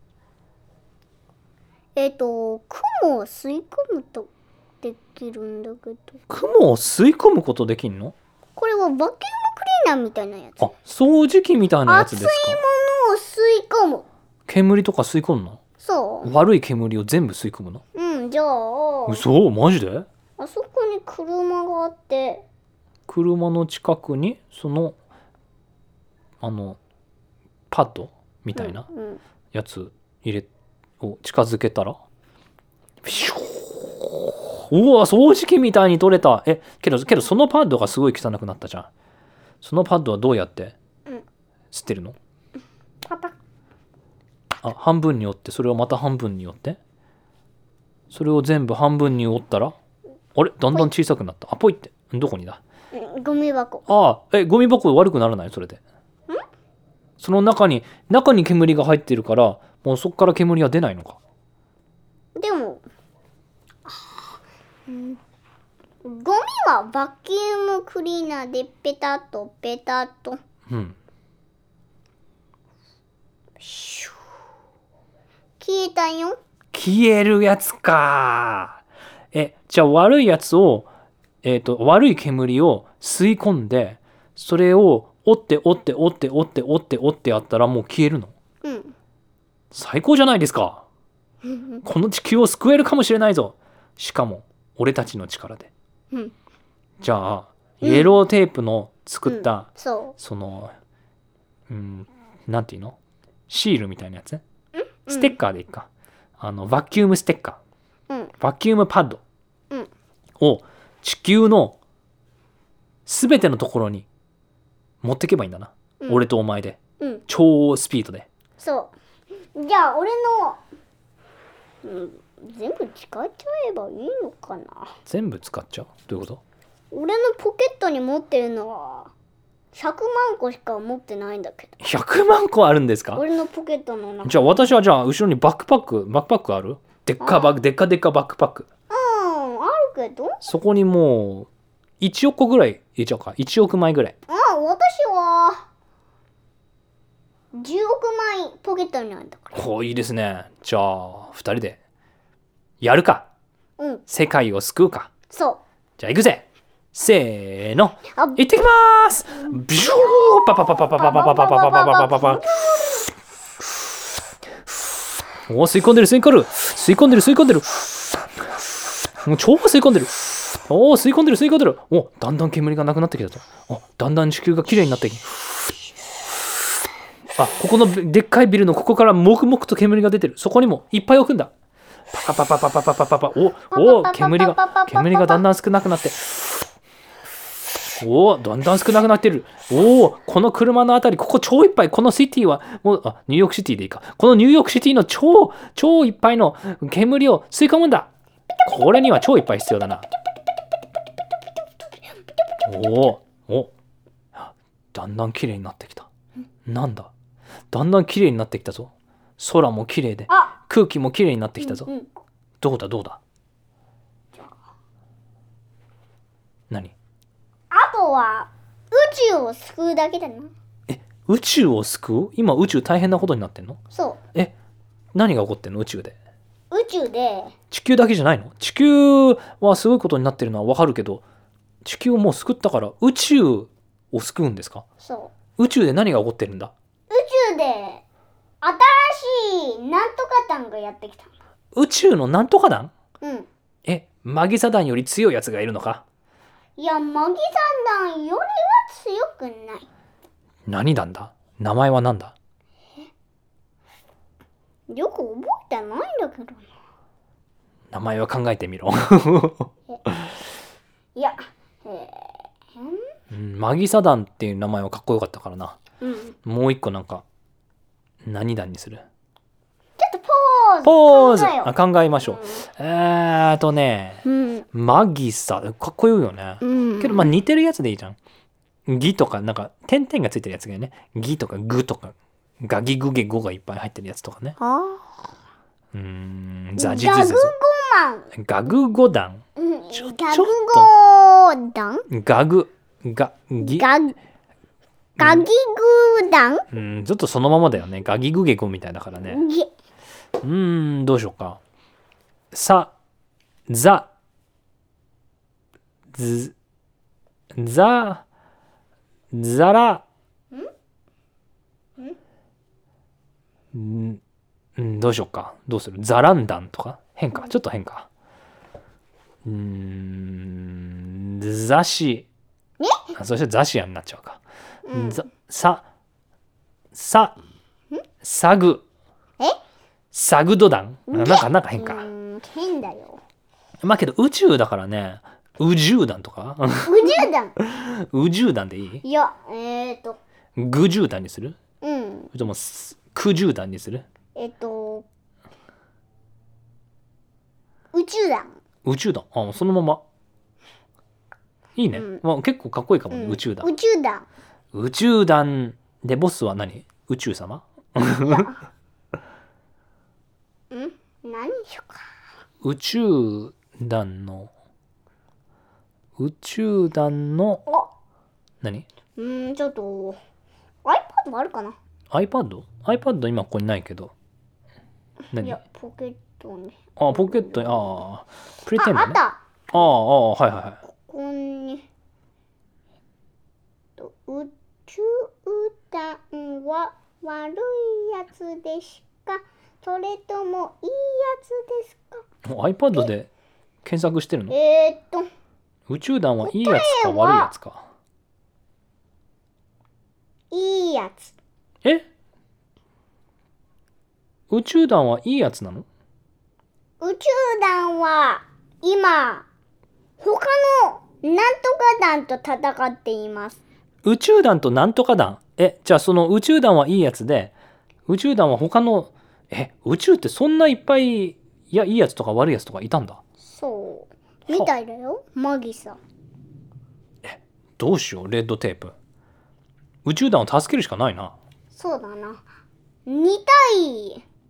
えっと雲を吸い込むとできるんだけど、 雲を吸い込むことできんの？ これはバキュームクリーナーみたいなやつ。 あ掃除機みたいなやつ熱いですか？ ものを吸い込む。 煙とか吸い込むの？ そう悪い煙を全部吸い込むの？ うん、じゃあ嘘マジで？ あそこに車があって車の近くにそのあのパッドみたいなうんうんやつ入れを近づけたらピシューうわ掃除機みたいに取れた。えけどけどそのパッドがすごい汚くなったじゃん。そのパッドはどうやってうん吸ってるの？ パパあ半分に折ってそれをまた半分に折ってそれを全部半分に折ったらあれだんだん小さくなった。あポイってどこにだ？ うんゴミ箱。 ああえゴミ箱悪くならないそれで？その中に中に煙が入ってるからもうそこから煙は出ないのか？ でも、うん、ゴミはバキュームクリーナーでペタッとペタッとうんシュー消えたよ。 消えるやつか。えじゃあ悪いやつをえっと悪い煙を吸い込んでそれを折って折って折って折って折って折ってやったらもう消えるの？ うん最高じゃないですか。この地球を救えるかもしれないぞ。しかも俺たちの力で。 うんじゃあイエローテープの作った、 うんそそのうんなんていうのシールみたいなやつうステッカーでいいか、あのバキュームステッカーうんバキュームパッドうんを地球のすべてのところに持ってけばいいんだな、 うん俺とお前でうん超スピードで。 そうじゃあ俺の、うん、全部使っちゃえばいいのかな。 全部使っちゃう？どういうこと？ 俺のポケットに持ってるのはひゃくまんこしか持ってないんだけど。 ひゃくまんこあるんですか？ 俺のポケットの中じゃあ私はじゃあ後ろにバックパックバックパックある？ でっかバッグでっかでっかバックパック。 うんあるけど、 そこにもういちおくぐらい入れちゃうか。いちおくまいぐらい。 あ私はじゅうおくまいポケットにあるんだから。 おーいいですね。じゃあふたりでやるか。 うん世界を救うか。 そうじゃあ行くぜ。せーの。 あ行ってきまーす。ビシューパパパパパパパパパパパパパパパ。おー吸い込んでる吸い込んでる吸い込んでる吸い込んでる。もう超吸い込んでる。おー吸い込んでる吸い込んでる。おだんだん煙がなくなってきたと。おだんだん地球がきれいになってきあここのでっかいビルのここからもくもくと煙が出てる。そこにもいっぱい置くんだ。パパパパパパパパパおお煙が煙がだんだん少なくなっておだんだん少なくなってる。おおこの車のあたりここ超いっぱい。このシティはもうあニューヨークシティでいいか。このニューヨークシティの超超いっぱいの煙を吸い込むんだ。これには超いっぱい必要だな。おおおだんだん綺麗になってきた。なんだだんだん綺麗になってきたぞ。空も綺麗であ空気も綺麗になってきたぞ。 うんうんどうだどうだ何あとは宇宙を救うだけだな。 え宇宙を救う。今宇宙大変なことになってんの。 そえ何が起こってんの宇宙で。 う宇宙で地球だけじゃないの。地球はすごいことになってるのはわかるけど地球をもう救ったから宇宙を救うんですか。 そう宇宙で何が起こってるんだ。 宇宙で新しいなんとか団がやってきた。 宇宙のなんとか団。 うんえマギサ団より強いやつがいるのか。 いやマギサ団よりは強くない。 何団だ。名前は何だ。 よく覚えてないんだけどな。 名前は考えてみろいやえうんマギサ団っていう名前はかっこよかったからな。 ー、うんちょもう一個なんか何団にする。 っとポーズポーズ考えようあ考えましょう。えーっとねうんマギサかっこいいよね。 うんけどまあ似てるやつでいいじゃん。ギとかなんか点々がついてるやつがね。ギとかグとかガギグゲゴがいっぱい入ってるやつとかね。 あうーんガザジグゴズズズマンガグゴ団うんちょガちょっグゴ団ガグガギガガギグ団うんちょっとそのままだよね。ガギグゲゴみたいだからね。 ギうーんどうしようか。さザズザザラんんどうしようか。どうする。ザランダンとか変か。ちょっと変か。うーんザシあそしてザシアになっちゃうか。 うんザサササグえサグドダンなんかなんか変か。 うん変だよ。 まあけど宇宙だからね宇宙団とか宇宙団宇宙団でいい。 いやえっ、ー、とグジュ団にする。 うんそれともすクジュ団にする。 えっ、と宇宙団宇宙団あそのままいいね、 うんまあ、結構かっこいいかもね、 うん宇宙団宇宙団宇宙団でボスは何。宇宙様うん何にしようか。 宇宙団の宇宙団のあ何うんちょっと iPad あるかな。 iPad？ iPad 今ここにないけどい何。 やポケットにあポケットにああプリテンダーね。 ああったああああはいはいはい。 ここにと宇宙団は悪いやつですかそれともいいやつですか。 もう iPad で検索してるの。 えー、っと宇宙団はいいやつか悪いやつか。 いいやつ。 え宇宙団はいいやつなの。 宇宙団は今他のなんとか団と戦っています。 宇宙団となんとか団。えじゃあその宇宙団はいいやつで宇宙団は他のえ宇宙ってそんないっぱいいやいいやつとか悪いやつとかいたんだ。 そうみたいだよマギさん。 どうしようレッドテープ。宇宙団を助けるしかないな。 そうだな。に対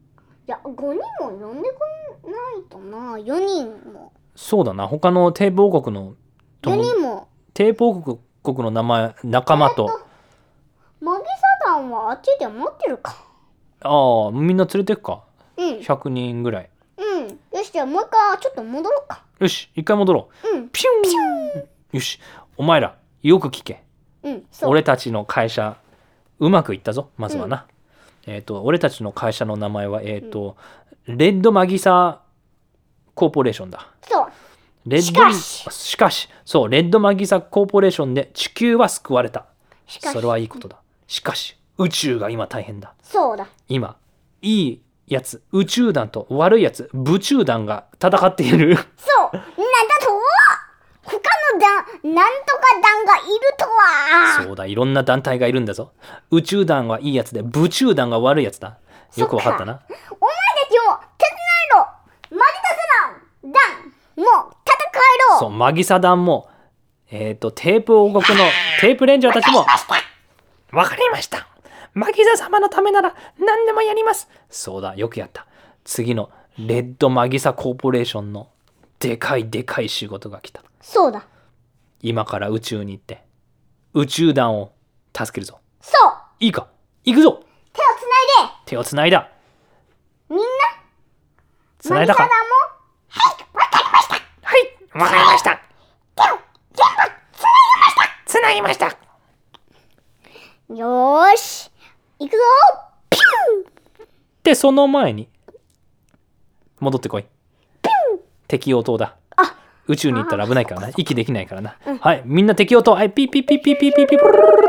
やごにんも呼んでこないとな。よにんもそうだな。他のテープ王国のよにんも。 テープ王国の名前仲間と、 えー、とマギサ団はあっちで待ってるか。 ああみんな連れてくか。 うんひゃくにんぐらい。 うんよし、じゃあもう一回ちょっと戻ろうか。 よし一回戻ろう。うんピュンピュン。よしお前らよく聞け。 うんそう。 俺たちの会社うまくいったぞまずはな。うん、えっ、ー、と俺たちの会社の名前はえっ、ー、と、うん、レッドマギサコーポレーションだ。 そう。 レッドしかししかしそうレッドマギサコーポレーションで地球は救われた。 しかしそれはいいことだ。しかし宇宙が今大変だ。 そうだ。 今いいやつ宇宙団と悪いやつ武宙団が戦っている。 そうなんだと他の団なんとか団がいるとは。 そうだいろんな団体がいるんだぞ。宇宙団はいいやつで武宙団が悪いやつだ。よくわかったな。 お前たちも手伝えろ。マギサ団団もう戦えろ。 そうマギサ団もえっ、ー、とテープ王国のテープレンジャーたちもわかりました。マギサ様のためなら何でもやります。そうだよくやった。次のレッドマギサコーポレーションのでかいでかい仕事が来た。 そうだ。 今から宇宙に行って宇宙団を助けるぞ。 そういいか行くぞ。 手をつないで。 手をつないだ。 みんなつないだか。 マギサ団もはいわかりました。 はいわかりました。 手を全部つなぎました。 よーし行くぞ。ピュンでその前に戻ってこい。敵応答だ。 あ宇宙に行ったら危ないからな。息できないからな。うん、はいみんな敵応答。はいピーピーピーピーピーピーピー。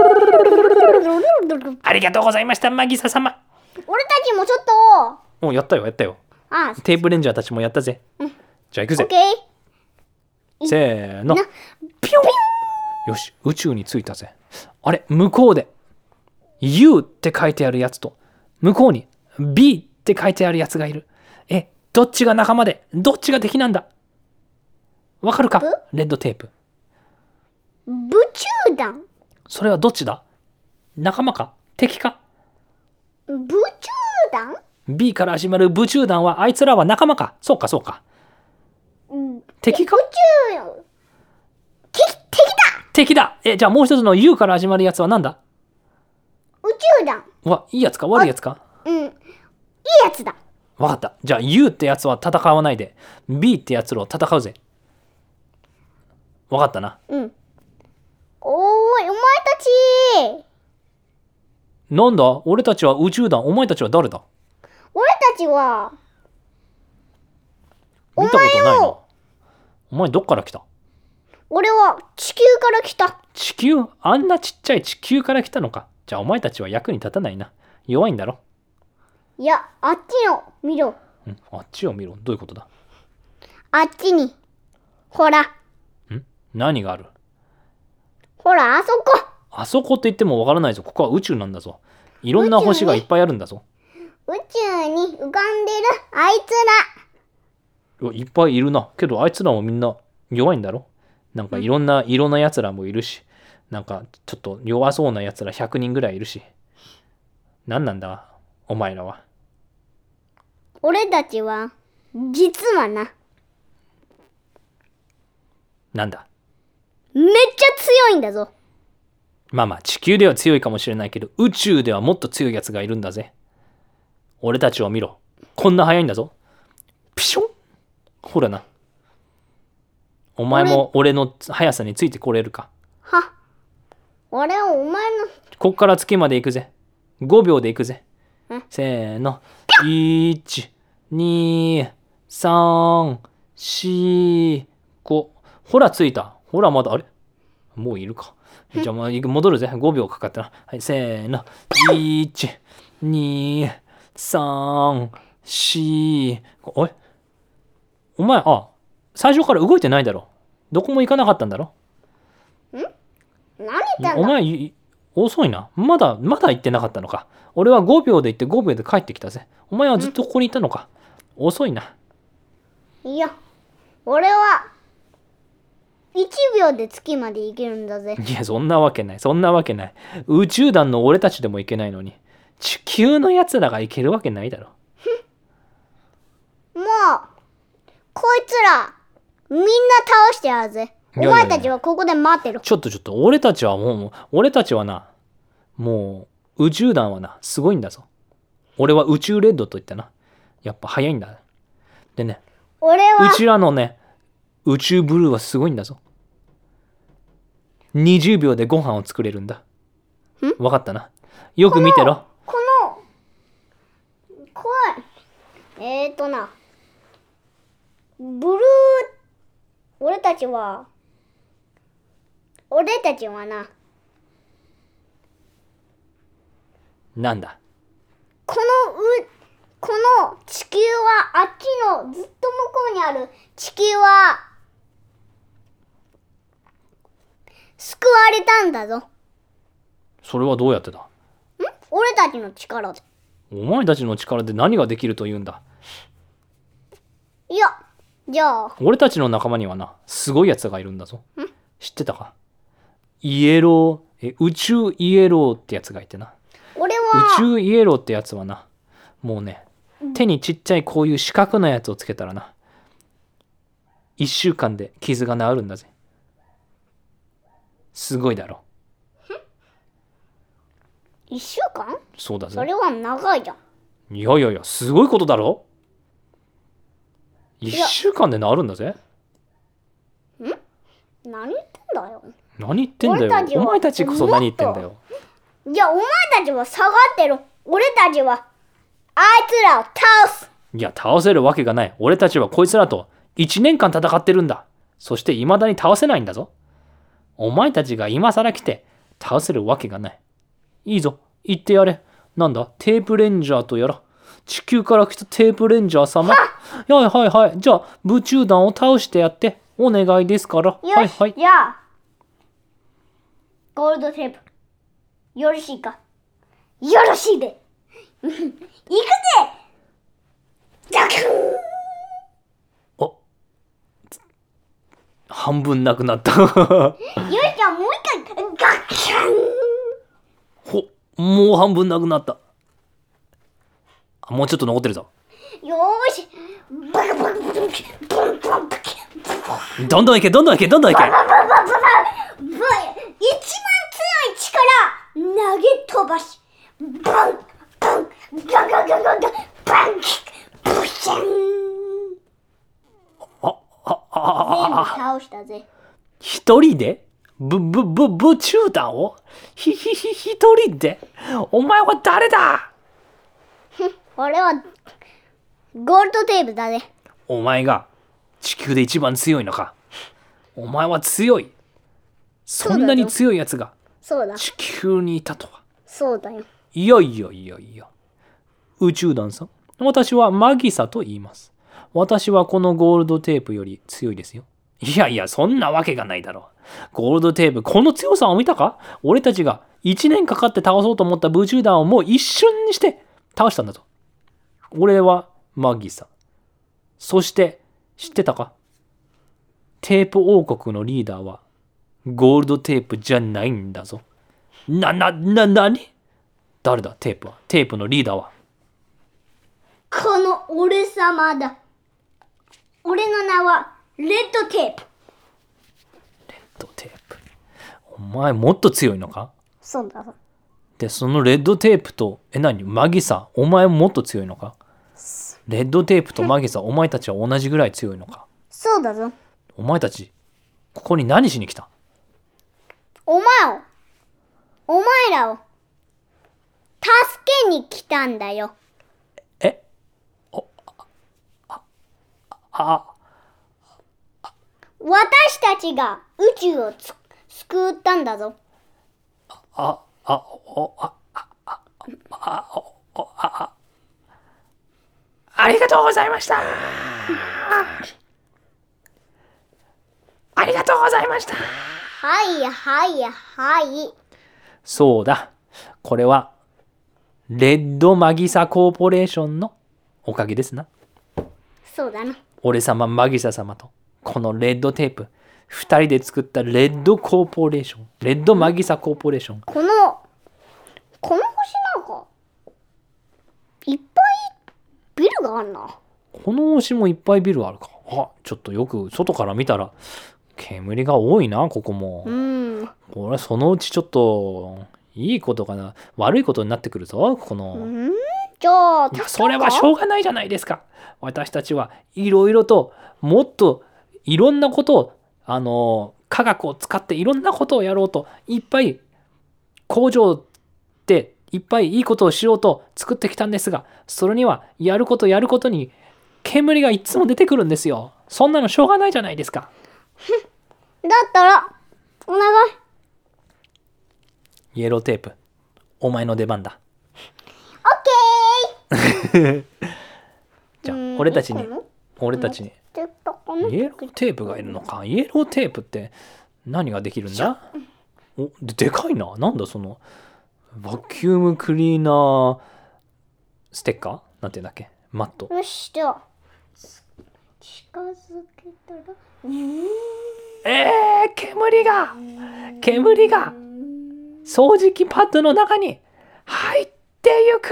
ありがとうございましたマギサ様。 俺たちもちょっと。おやったよやったよ。 あテープレンジャーたちもやったぜ。うん、じゃあ行くぜ。 オッケーせーの。ピョンよし宇宙に着いたぜ。あれ向こうで U って書いてあるやつと向こうに B って書いてあるやつがいる。えどっちが仲間でどっちが敵なんだ。わかるかレッドテープ。 武宙団。 それはどっちだ。仲間か敵か。 武宙団 B から始まる武宙団はあいつらは仲間か。そうかそうか、うん、敵か。 武宙敵敵だ敵だ。えじゃあもう一つの U から始まるやつは何だ。 宇宙団。 うわいいやつか悪いやつか。 うんいいやつだ。 わかった。じゃあ U ってやつは戦わないで B ってやつらを戦うぜ。わかったな。 うんおーいお前たち。 なんだ俺たちは宇宙団。お前たちは誰だ。 俺たちは見たことないな。お前どっから来た。 俺は地球から来た。 地球あんなちっちゃい地球から来たのか。じゃあお前たちは役に立たないな。弱いんだろ。 いやあっちの見ろ、 うん、あっちを見ろ。どういうことだ。 あっちにほら。ん何がある。 ほらあそこ。 あそこって言ってもわからないぞ。ここは宇宙なんだぞ。いろんな星がいっぱいあるんだぞ。 宇宙に浮かんでるあいつら。いっぱいいるな。けどあいつらもみんな弱いんだろ。なんかいろんな色のやつらもいるし、なんかちょっと弱そうなやつらひゃくにんぐらいいるし。何なんだお前らは。 俺たちは実はな。 なんだ。 めっちゃ強いんだぞ。 まあまあ地球では強いかもしれないけど宇宙ではもっと強いやつがいるんだぜ。俺たちを見ろ。こんな速いんだぞ。ピション。ほらな。お前も俺の速さについてこれるか。 は俺はお前のこっから月まで行くぜ。ごびょうで行くぜ。せーの。いち、に、さん、よん、ご。ほら着いた。ほらまだあれもういるか。じゃあ戻るぜ。ごびょうかかったな。はい、せーの。いち、に、さん、よん、おいお前、あ、最初から動いてないだろ。どこも行かなかったんだろ。 ん何言ったんだ。 お前、遅いな。まだ、まだ行ってなかったのか。俺はごびょうで行ってごびょうで帰ってきたぜ。お前はずっとここにいたのか。遅いな。 いや、俺はいちびょうで月まで行けるんだぜ。 いや、そんなわけない。そんなわけない。宇宙団の俺たちでも行けないのに、地球のやつらが行けるわけないだろ。 らみんな倒してやるぜ。おいやいやいや前たちはここで待ってろ。 ちょっとちょっと、俺たちはもう、もう俺たちはな、もう宇宙団はな、すごいんだぞ。俺は宇宙レッドと言ってな。やっぱ早いんだ。でね、 俺はうちらのね、宇宙ブルーはすごいんだぞ。にじゅうびょうでご飯を作れるんだ。わかったな。よく見てろ。 この怖い。えーとな、ブルー、俺たちは俺たちはな、 なんだ。 このうこの地球はあっちのずっと向こうにある地球は救われたんだぞ。んそれはどうやってだ。 俺たちの力で。 お前たちの力で何ができるというんだ。 いや、じゃあ俺たちの仲間にはな、すごいやつがいるんだぞ。知ってたか。イエロー、え、宇宙イエローってやつがいてな。 俺は宇宙イエローってやつはな、もうね、手にちっちゃいこういう四角なやつをつけたらな、いっしゅうかんで傷が治るんだぜ。すごいだろ。 一週間？ そうだぜ。 それは長いじゃん。 いやいやいや、すごいことだろ。いっしゅうかんで治るんだぜ。 何言ってんだよ。 何言ってんだ俺たちよ。 はお前たちこそ何言ってんだよ。 じゃあお前たちは下がってろ。俺たちはあいつらを倒す。 いや、倒せるわけがない。俺たちはこいつらといちねんかん戦ってるんだ。そして未だに倒せないんだぞ。お前たちが今更来て倒せるわけがない。いいぞ、言ってやれ。なんだ、テープレンジャーとやら。地球から来たテープレンジャー様。はいはいはい。じゃあ、宇宙団を倒してやって。お願いですから。 よし、 はいはい。 じゃあゴールドテープよろしいか。よろしいで。行くぜ。ザクン。 お、半分なくなった。 よし、じゃあもう一回ガッキャン。 ほ、もう半分なくなった。あ、もうちょっと残ってるぞ。 よーし。バカバカバカバカバカバカ。 どんどんいけ、どんどんいけ、どんどんいけ。 バババババババ一番強い力投げ飛ばしバンバンガガガガガバンブシャン。 あ、あ、あ、 全部あ、 倒したぜ。 一人でぶ、ぶ、ぶ、ぶ、中団をひひひ、一人でお前は誰だ。 俺はゴールドテープだぜ。 お前が地球で一番強いのか。お前は強い。そんなに強いやつがそうだ。 地球にいたとは。 そうだよ。 いやいやいやいや。宇宙団さん、私はマギサと言います。私はこのゴールドテープより強いですよ。いやいや、そんなわけがないだろう。ゴールドテープ、この強さを見たか。俺たちがいちねんかかって倒そうと思った宇宙団をもう一瞬にして倒したんだぞ。俺はマギサ。そして知ってたか。テープ王国のリーダーはゴールドテープじゃないんだぞ。な、な、な、なに。誰だテープは。テープのリーダーは。 この俺様だ。俺の名はレッドテープ。 レッドテープ。お前もっと強いのか。 そうだぞ。 で、そのレッドテープと、え、何マギサ、お前もっと強いのか。レッドテープとマギサ、お前たちは同じぐらい強いのか。 そうだぞ。 お前たち、ここに何しに来た。 お前を、お前らを助けに来たんだよ。 えおあああ私たちが宇宙をつ救ったんだぞ。 ああおああああおああありがとうございました。ありがとうございました。 はいはいはい。 そうだ。これはレッドマギサコーポレーションのおかげですな。 そうだな。 俺様マギサ様とこのレッドテープ二人で作ったレッドコーポレーション、レッドマギサコーポレーション。 このこの星なんかいっぱいビルがあるな。 この星もいっぱいビルあるか。 あ、ちょっとよく外から見たら煙が多いな、ここも。 うん。 これそのうちちょっといいことかな悪いことになってくるぞ、この。 うんじゃあ、 いや、それはしょうがないじゃないですか。私たちはいろいろともっといろんなことをあの科学を使っていろんなことをやろうといっぱい工場でいっぱいいいことをしようと作ってきたんですが、それにはやることやることに煙がいつも出てくるんですよ。そんなのしょうがないじゃないですか。 だったらお願い。 イエローテープ、お前の出番だ。 オッケーじゃあうん俺たちにいいかな俺たちにできたかなイエローテープがいるのか。イエローテープって何ができるんだ。おででかいな。なんだそのバキュームクリーナーステッカーなんていうんだっけ、マット。 よし、では近づけたらうんえー、煙が煙が掃除機パッドの中に入ってゆく。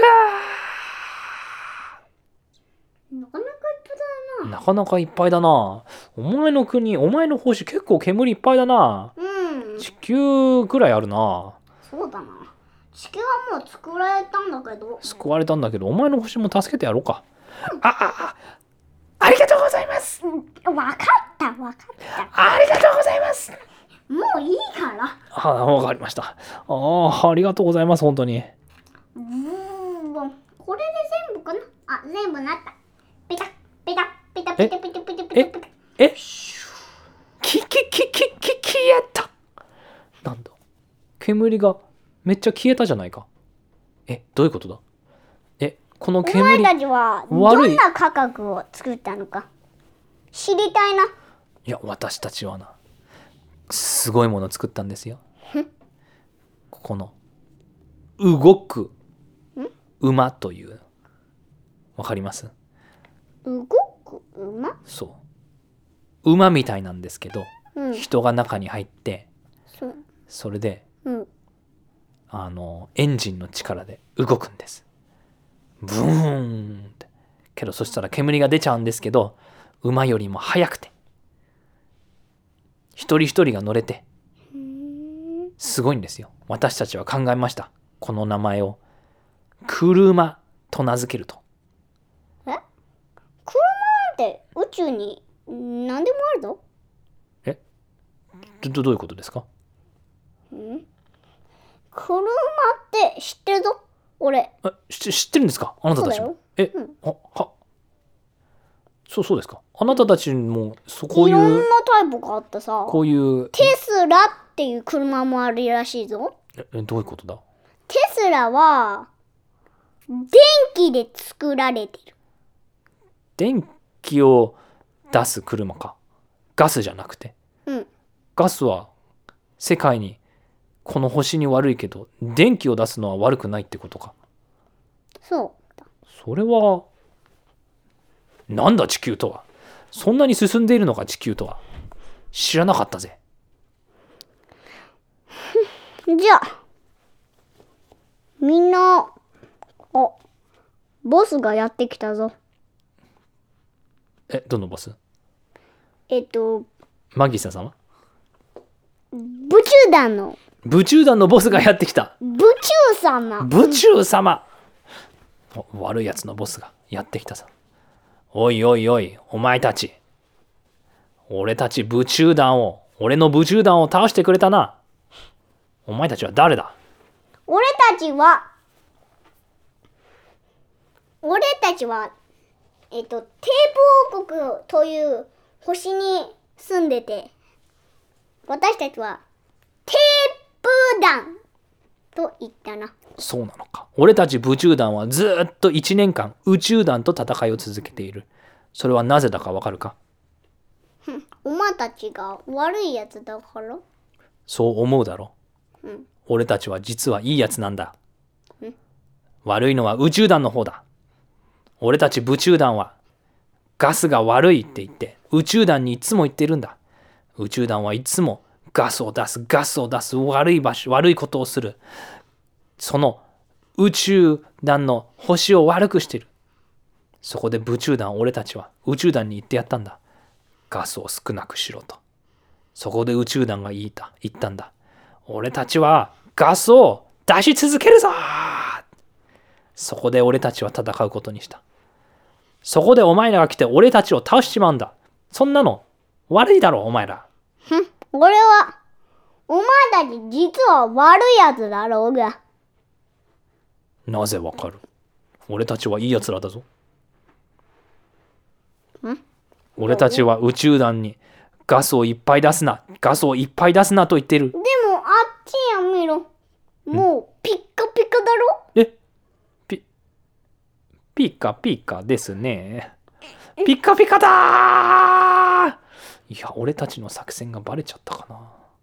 なかなかいっぱいだな。 なかなかいっぱいだな。お前の国、お前の星結構煙いっぱいだな。 うん地球くらいあるな。 そうだな。地球はもう作られたんだけど。 救われたんだけど、お前の星も助けてやろうか。あ、あ、あ、ありがとうございます。 うんわかったわかった。 ありがとうございます。 もういいから。 あ、わかりました。ああ、ありがとうございます、本当に。 うーんこれで全部かな。あ、全部なった。ペタペタペタペタペタペタペタペタ。 え、ききききき消えた。なんだ。煙がめっちゃ消えたじゃないか。え、どういうことだ。え、このお前煙。 たちはど悪いんな科学を作ったのか知りたいな。 いや、私たちはな、すごいものを作ったんですよ。この動く馬という、わかります？ 動く馬？ そう馬みたいなんですけど、 うん人が中に入ってそうそれでうんあのエンジンの力で動くんです。ブーンって。けどそしたら煙が出ちゃうんですけど、馬よりも速くて一人一人が乗れてうーんすごいんですよ。私たちは考えました。この名前を車と名付けると。 え車なんて宇宙に何でもあるぞ。 えどどういうことですか？ うん車って知ってるぞ俺。 え知知ってるんですか、あなたたちも。え、 うんあはそうそうですか。あなたたちもそこういいろんなうタイプがあってさ、 こういうテスラっていう車もあるらしいぞ。 ええどういうことだ。 テスラは電気で作られてる。 電気を出す車か。ガスじゃなくて。 うんガスは世界にこの星に悪いけど、電気を出すのは悪くないってことか。 そうだ。 それはなんだ地球とは。そんなに進んでいるのか地球とは。知らなかったぜ。 じゃあみんな、あ、ボスがやってきたぞ。 え、どのボス？ えっとマギサ様？ 宇宙団の宇宙団のボスがやってきた。 宇宙様。 宇宙様。お悪いやつのボスがやってきたさ。おいおいおい、お前たち。俺たち宇宙団を、俺の宇宙団を倒してくれたな。お前たちは誰だ？ 俺たちは俺たちはえっとテープ王国という星に住んでて、私たちはテープ団と言ったな。 そうなのか。俺たち宇宙団はずっといちねんかん宇宙団と戦いを続けている。それはなぜだかわかるか？ お前たちが悪いやつだから。 そう思うだろう。 うん俺たちは実はいいやつなんだ。 うん悪いのは宇宙団の方だ。俺たち宇宙団はガスが悪いって言って宇宙団にいつも言ってるんだ。宇宙団はいつもガスを出すガスを出す悪い場所悪いことをする。その宇宙団の星を悪くしてる。そこで宇宙団俺たちは宇宙団に言ってやったんだ。 ガスを少なくしろと。そこで宇宙団が言った、言ったんだ。俺たちはガスを出し続けるぞ。そこで俺たちは戦うことにした。そこでお前らが来て俺たちを倒しちまうんだ。そんなの悪いだろう、お前ら。 ふん、俺は、お前たち実は悪いやつだろうが。 なぜわかる？俺たちはいいやつらだぞ。 ん？ 俺たちは宇宙団にガスをいっぱい出すな、ガスをいっぱい出すなと言ってる。 でもあっちや見ろ。もうピッカピカだろ？ えピ、ピカピカですね。ピカピカだー。いや、俺たちの作戦がバレちゃったかな。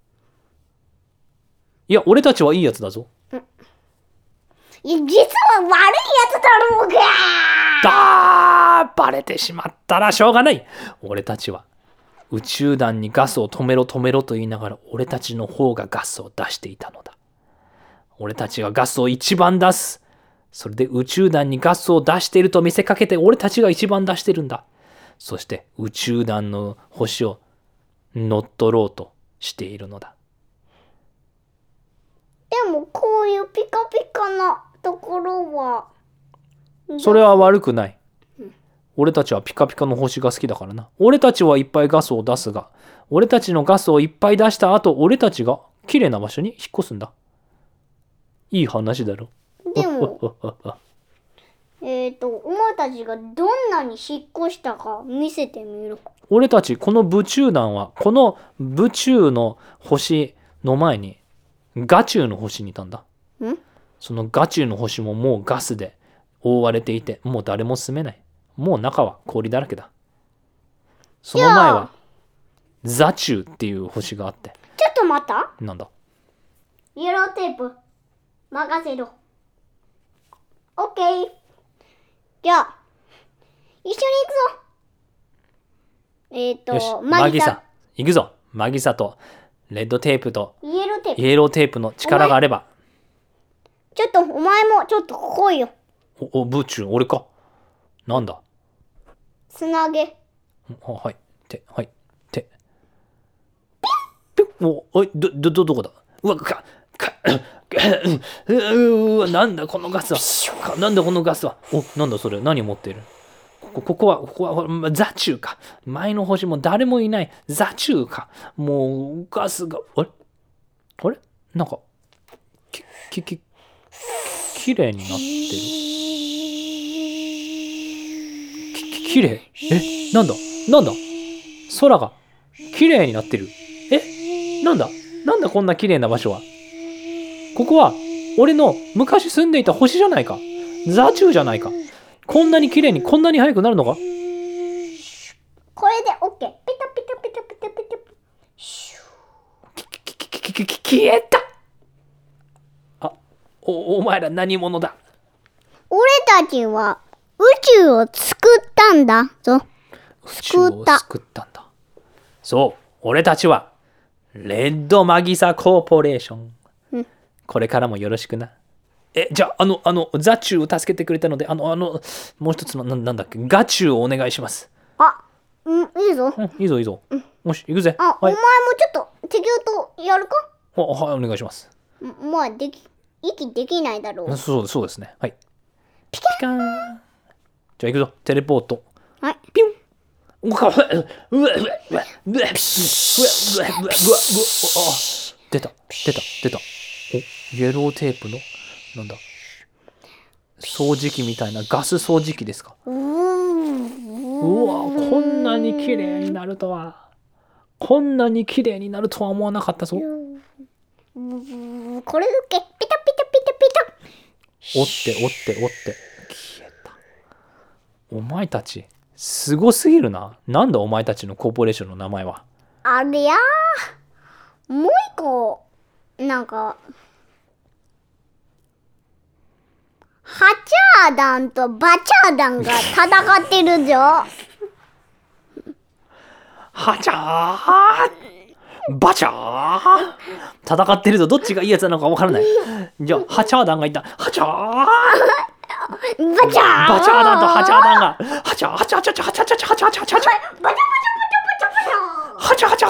いや、俺たちはいいやつだぞ。 いや、実は悪いやつだろうが。 だー、バレてしまったらしょうがない。俺たちは宇宙団にガスを止めろ止めろと言いながら俺たちの方がガスを出していたのだ。俺たちがガスを一番出す。それで宇宙団にガスを出していると見せかけて俺たちが一番出してるんだ。そして宇宙団の星を乗っ取ろうとしているのだ。 でもこういうピカピカなところはそれは悪くない。俺たちはピカピカの星が好きだからな。俺たちはいっぱいガスを出すが、俺たちのガスをいっぱい出した後、俺たちが綺麗な場所に引っ越すんだ。いい話だろ。 でもえっとお前たちがどんなに引っ越したか見せてみろ。 俺たちこの宇宙団はこの宇宙の星の前にガチュウの星にいたんだ。 ん？ そのガチュウの星ももうガスで覆われていて、もう誰も住めない。もう中は氷だらけだ。その前はザチュウっていう星があって。 ちょっと待った。 なんだ？ イエローテープ任せろ。オッケー。じゃあ一緒に行くぞ。えっ、ー、 よし、 とマギサ行くぞ。マギサとレッドテープとイエローテープ。 イエローテープの力があれば。 ちょっとお前もちょっと来いよ。 お、お、ブーチュー、俺か。なんだ？ つなげ。 あ、はい。手、はい。手。ピュッ。お、おい、ど、ど、ど、どこだ？うわ、か、か、う、うわ、なんだこのガスは。なんだこのガスは。お、なんだそれ。何持ってる？ここ、ここは、ここは、ザチュウか。前の星も誰もいない。ザチュウか。もう、ガスが、あれあれなんか、き、き、き、きれいになってる。き、きれい。え、なんだなんだ空がきれいになってる。え、なんだなんだこんなきれいな場所は。ここは俺の昔住んでいた星じゃないか。ザチュウじゃないか。こんなにきれいにこんなに早くなるのか。 これで OK。ピタピタピタピタピタ。シュー。き、き、き、き、き、消えた。あ、お、お前ら何者だ。 俺たちは宇宙を作ったんだぞ。 宇宙を作ったんだ。そう、俺たちはレッドマギサコーポレーション。 うん、これからもよろしくな。え、じゃあ、あの、あの、ザチュウを助けてくれたので、あの、あの、もう一つの、な、なんだっけ、ガチュウをお願いします。 あ、うん、いいぞ。 うん、いいぞ、いいぞ。うん、よし、行くぜ。 あ、はい、お前もちょっと適応とやるか？ あ、はい、お願いします。 まあ、でき、息できないだろう。 そう、そうですね。はい。 ピカピカーン。じゃあ行くぞ、テレポート。 はい。 ピュン。うわ、うわ、うわ、うわ、うわ、うわ、うわ、うわ、うわ、うわ、うわ、出た、出た、出た。お、イエローテープの、なんだ、掃除機みたいなガス掃除機ですか。うわ、こんなに綺麗になるとは。こんなに綺麗になるとは思わなかったぞ。 これだけ、ピタピタピタピタ。 折って折って折って。消えた。お前たち、すごすぎるな。なんだお前たちのコーポレーションの名前は。 あれやー。もう一個、なんか、ハチャーダンとバチャーダンが戦ってるぞ。 ハチャーバチャー戦ってるぞ。どっちがいいやつなのか分からない。じゃあハチャーダンがいた。ハチャーバチャーバチャーダンとハチャーダンがハチャーハチャーハチャーハチャーハチャーハチャーハチャーハチャーバチャバチャバチャバチャバチャ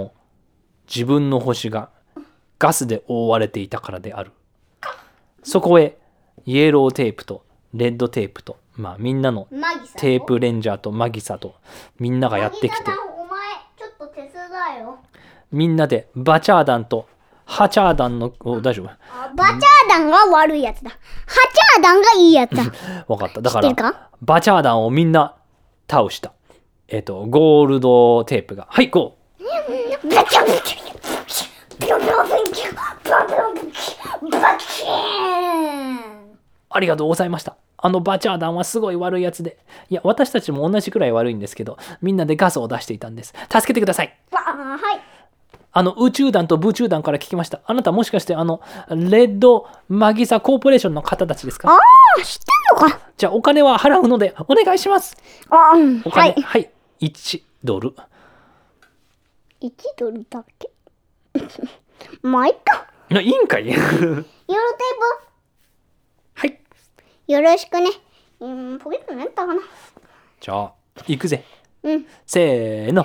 も自分の星がガスで覆われていたからである。そこへイエローテープとレッドテープと、まあみんなのマギさんテープレンジャーとマギサとみんながやってきて、 マギさんお前ちょっと手伝えよ。 みんなでバチャーダンとハチャーダンの、お大丈夫？ あバチャーダンが悪いやつだ。ハチャーダンがいいやつだ。 わかった。だか知ってるからバチャーダンをみんな倒した。えっ、とゴールドテープがはいゴー。 バチャバチャビョビョビョビョビョビョバキーン。 ありがとうございました。あのバチャーダンはすごい悪いやつで、いや私たちも同じくらい悪いんですけど、みんなでガスを出していたんです。助けてください。 わあはい。 あの宇宙団と武宙団から聞きました。あなたもしかしてあのレッドマギサコーポレーションの方たちですか？ ああ知ってんのか。 じゃあお金は払うのでお願いします。 あうんお金、 はい。 はい、いちドル。 いちドルだっけ。まあいっか。 いやいいんかい。 ヨロテーはい。 プよろしくね。うんポケットになったかな。 じゃあ行くぜ。 うん。 せーの。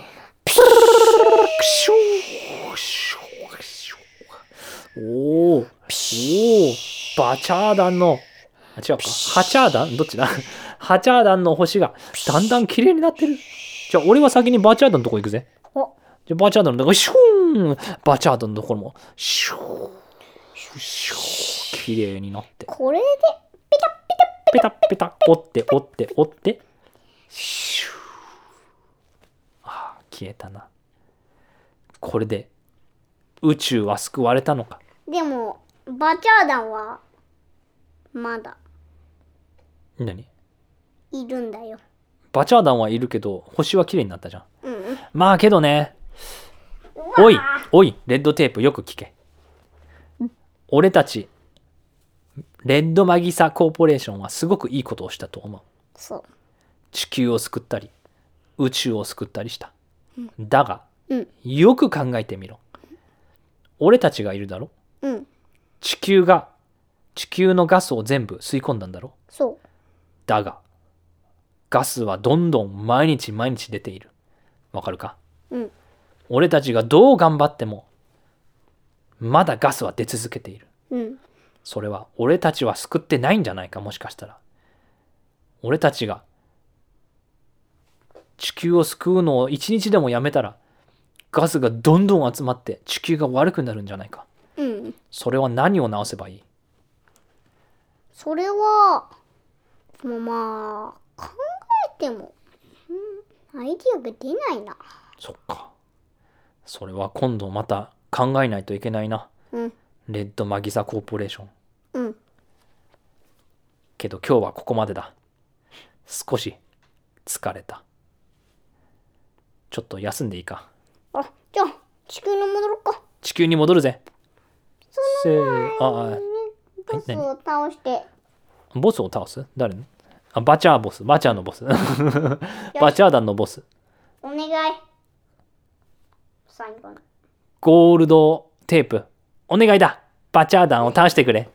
おお、おお、バチャーダンの、あ、違うか、ハチャーダンどっちだ？ハチャーダンの星がだんだん綺麗になってる。じゃあ俺は先にバチャーダンのとこ行くぜ。 おじゃあバチャーダンのとこシューン、バチャーダンのところもシューシュー綺麗になって、 これでピタピタペタペタ折って折って折ってシュー、あー消えたな。これで宇宙は救われたのか。 でもバチャーダンはまだ何？ いるんだよ。 バチャーダンはいるけど星は綺麗になったじゃん。 うんうん。 まあけどね、おいおいレッドテープよく聞け。俺たちレッドマギサコーポレーションはすごくいいことをしたと思う。 そう。 地球を救ったり宇宙を救ったりした。だがうんよく考えてみろ。俺たちがいるだろ。 うん地球が地球のガスを全部吸い込んだんだろ。 そだがガスはどんどん毎日毎日出ている。わかるか？ う。うん俺たちがどう頑張ってもまだガスは出続けている。 うんそれは俺たちは救ってないんじゃないか。もしかしたら俺たちが地球を救うのを一日でもやめたらガスがどんどん集まって地球が悪くなるんじゃないか。 うんそれは何を直せばいい？ それはもうまあ考えても、うん、アイディアが出ないな。 そっか。それは今度また考えないといけないな。 うんレッドマギサコーポレーション。 うんけど今日はここまでだ。少し疲れた。ちょっと休んでいいか。 あじゃあ地球に戻ろうか。 地球に戻るぜ。せーああボスを倒してボスを倒す？誰の？あバチャーボス。バチャーのボス。バチャー団のボス。 お願い。最後にゴールドテープお願いだ。バチャー団を倒してくれ。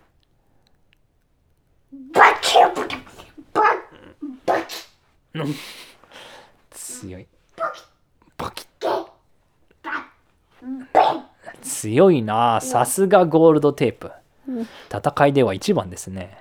バキュバキババキ強い。 バキバキゲバベン。 強いな。さすがゴールドテープ。 うん戦いでは一番ですね。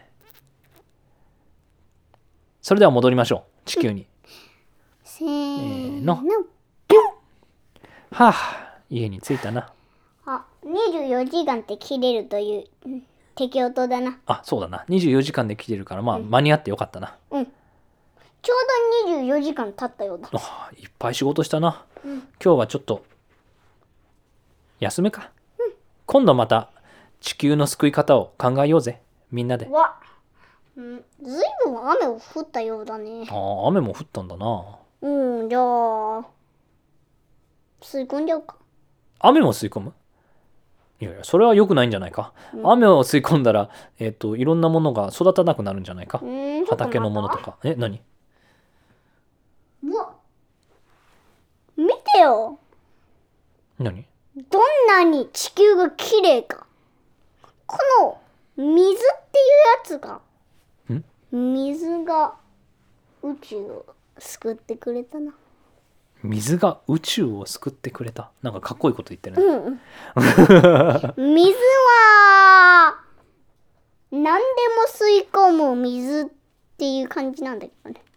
それでは戻りましょう。地球に。 せーのの。 はあ、家に着いたな。 あ、にじゅうよじかんって切れるといううん適応灯だな。 あ、そうだな。にじゅうよじかんで来てるから、まあ、間に合ってよかったな。 うん。ちょうどにじゅうよじかん経ったようだ。 あいっぱい仕事したな。 うん今日はちょっと休むか。今度また地球の救い方を考えようぜ。みんなで。 わ、うん、ずいぶん雨を降ったようだね。 ああ、雨も降ったんだな。 うん、じゃあ吸い込んじゃうか。 雨も吸い込む？いやいや、それは良くないんじゃないか。 うん雨を吸い込んだら、えっと、いろんなものが育たなくなるんじゃないかう。ーん、ちょっと待った畑のものと。か。え、何？ うわ、見てよ。 何？ どんなに地球が綺麗か。この水っていうやつがん水が宇宙を救ってくれたな。 水が宇宙を救ってくれた。なんかかっこいいこと言ってるね。 うん。水は何でも吸い込む水っていう感じなんだけどね。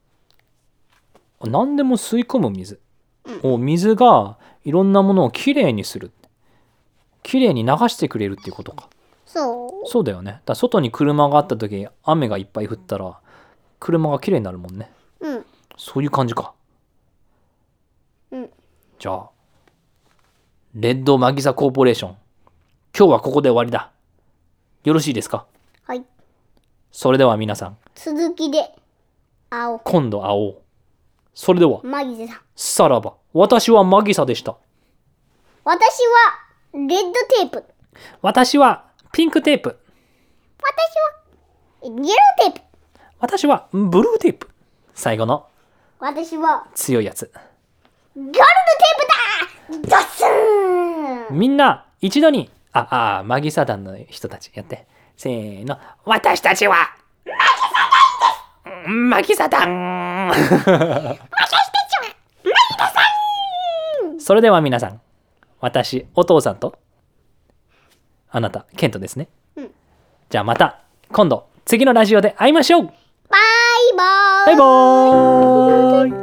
何でも吸い込む水。お水がいろんなものをきれいにする。きれいに流してくれるっていうことか。 そう。 そうだよね。だから外に車があった時雨がいっぱい降ったら車がきれいになるもんね。 うん。 そういう感じか。 うん。 じゃあレッドマギザコーポレーション、今日はここで終わりだ。よろしいですか？ はい。 それでは皆さん、 続きで会おう。 今度会おう。それではマギゼさん。 さらば、私はマギサでした。 私はレッドテープ。 私はピンクテープ。 私はイエローテープ。 私はブルーテープ。最後の私は強いやつ。 ゴールドテープだ。ドスーン。 みんな一度に、ああマギサ団の人たちやって、せーの、私たちはマギサ団。私たちはマギサさん。それでは皆さん、私お父さんとあなたケントですね。 うん、 じゃあまた今度次のラジオで会いましょう。 バイバーイ。 バイバーイ。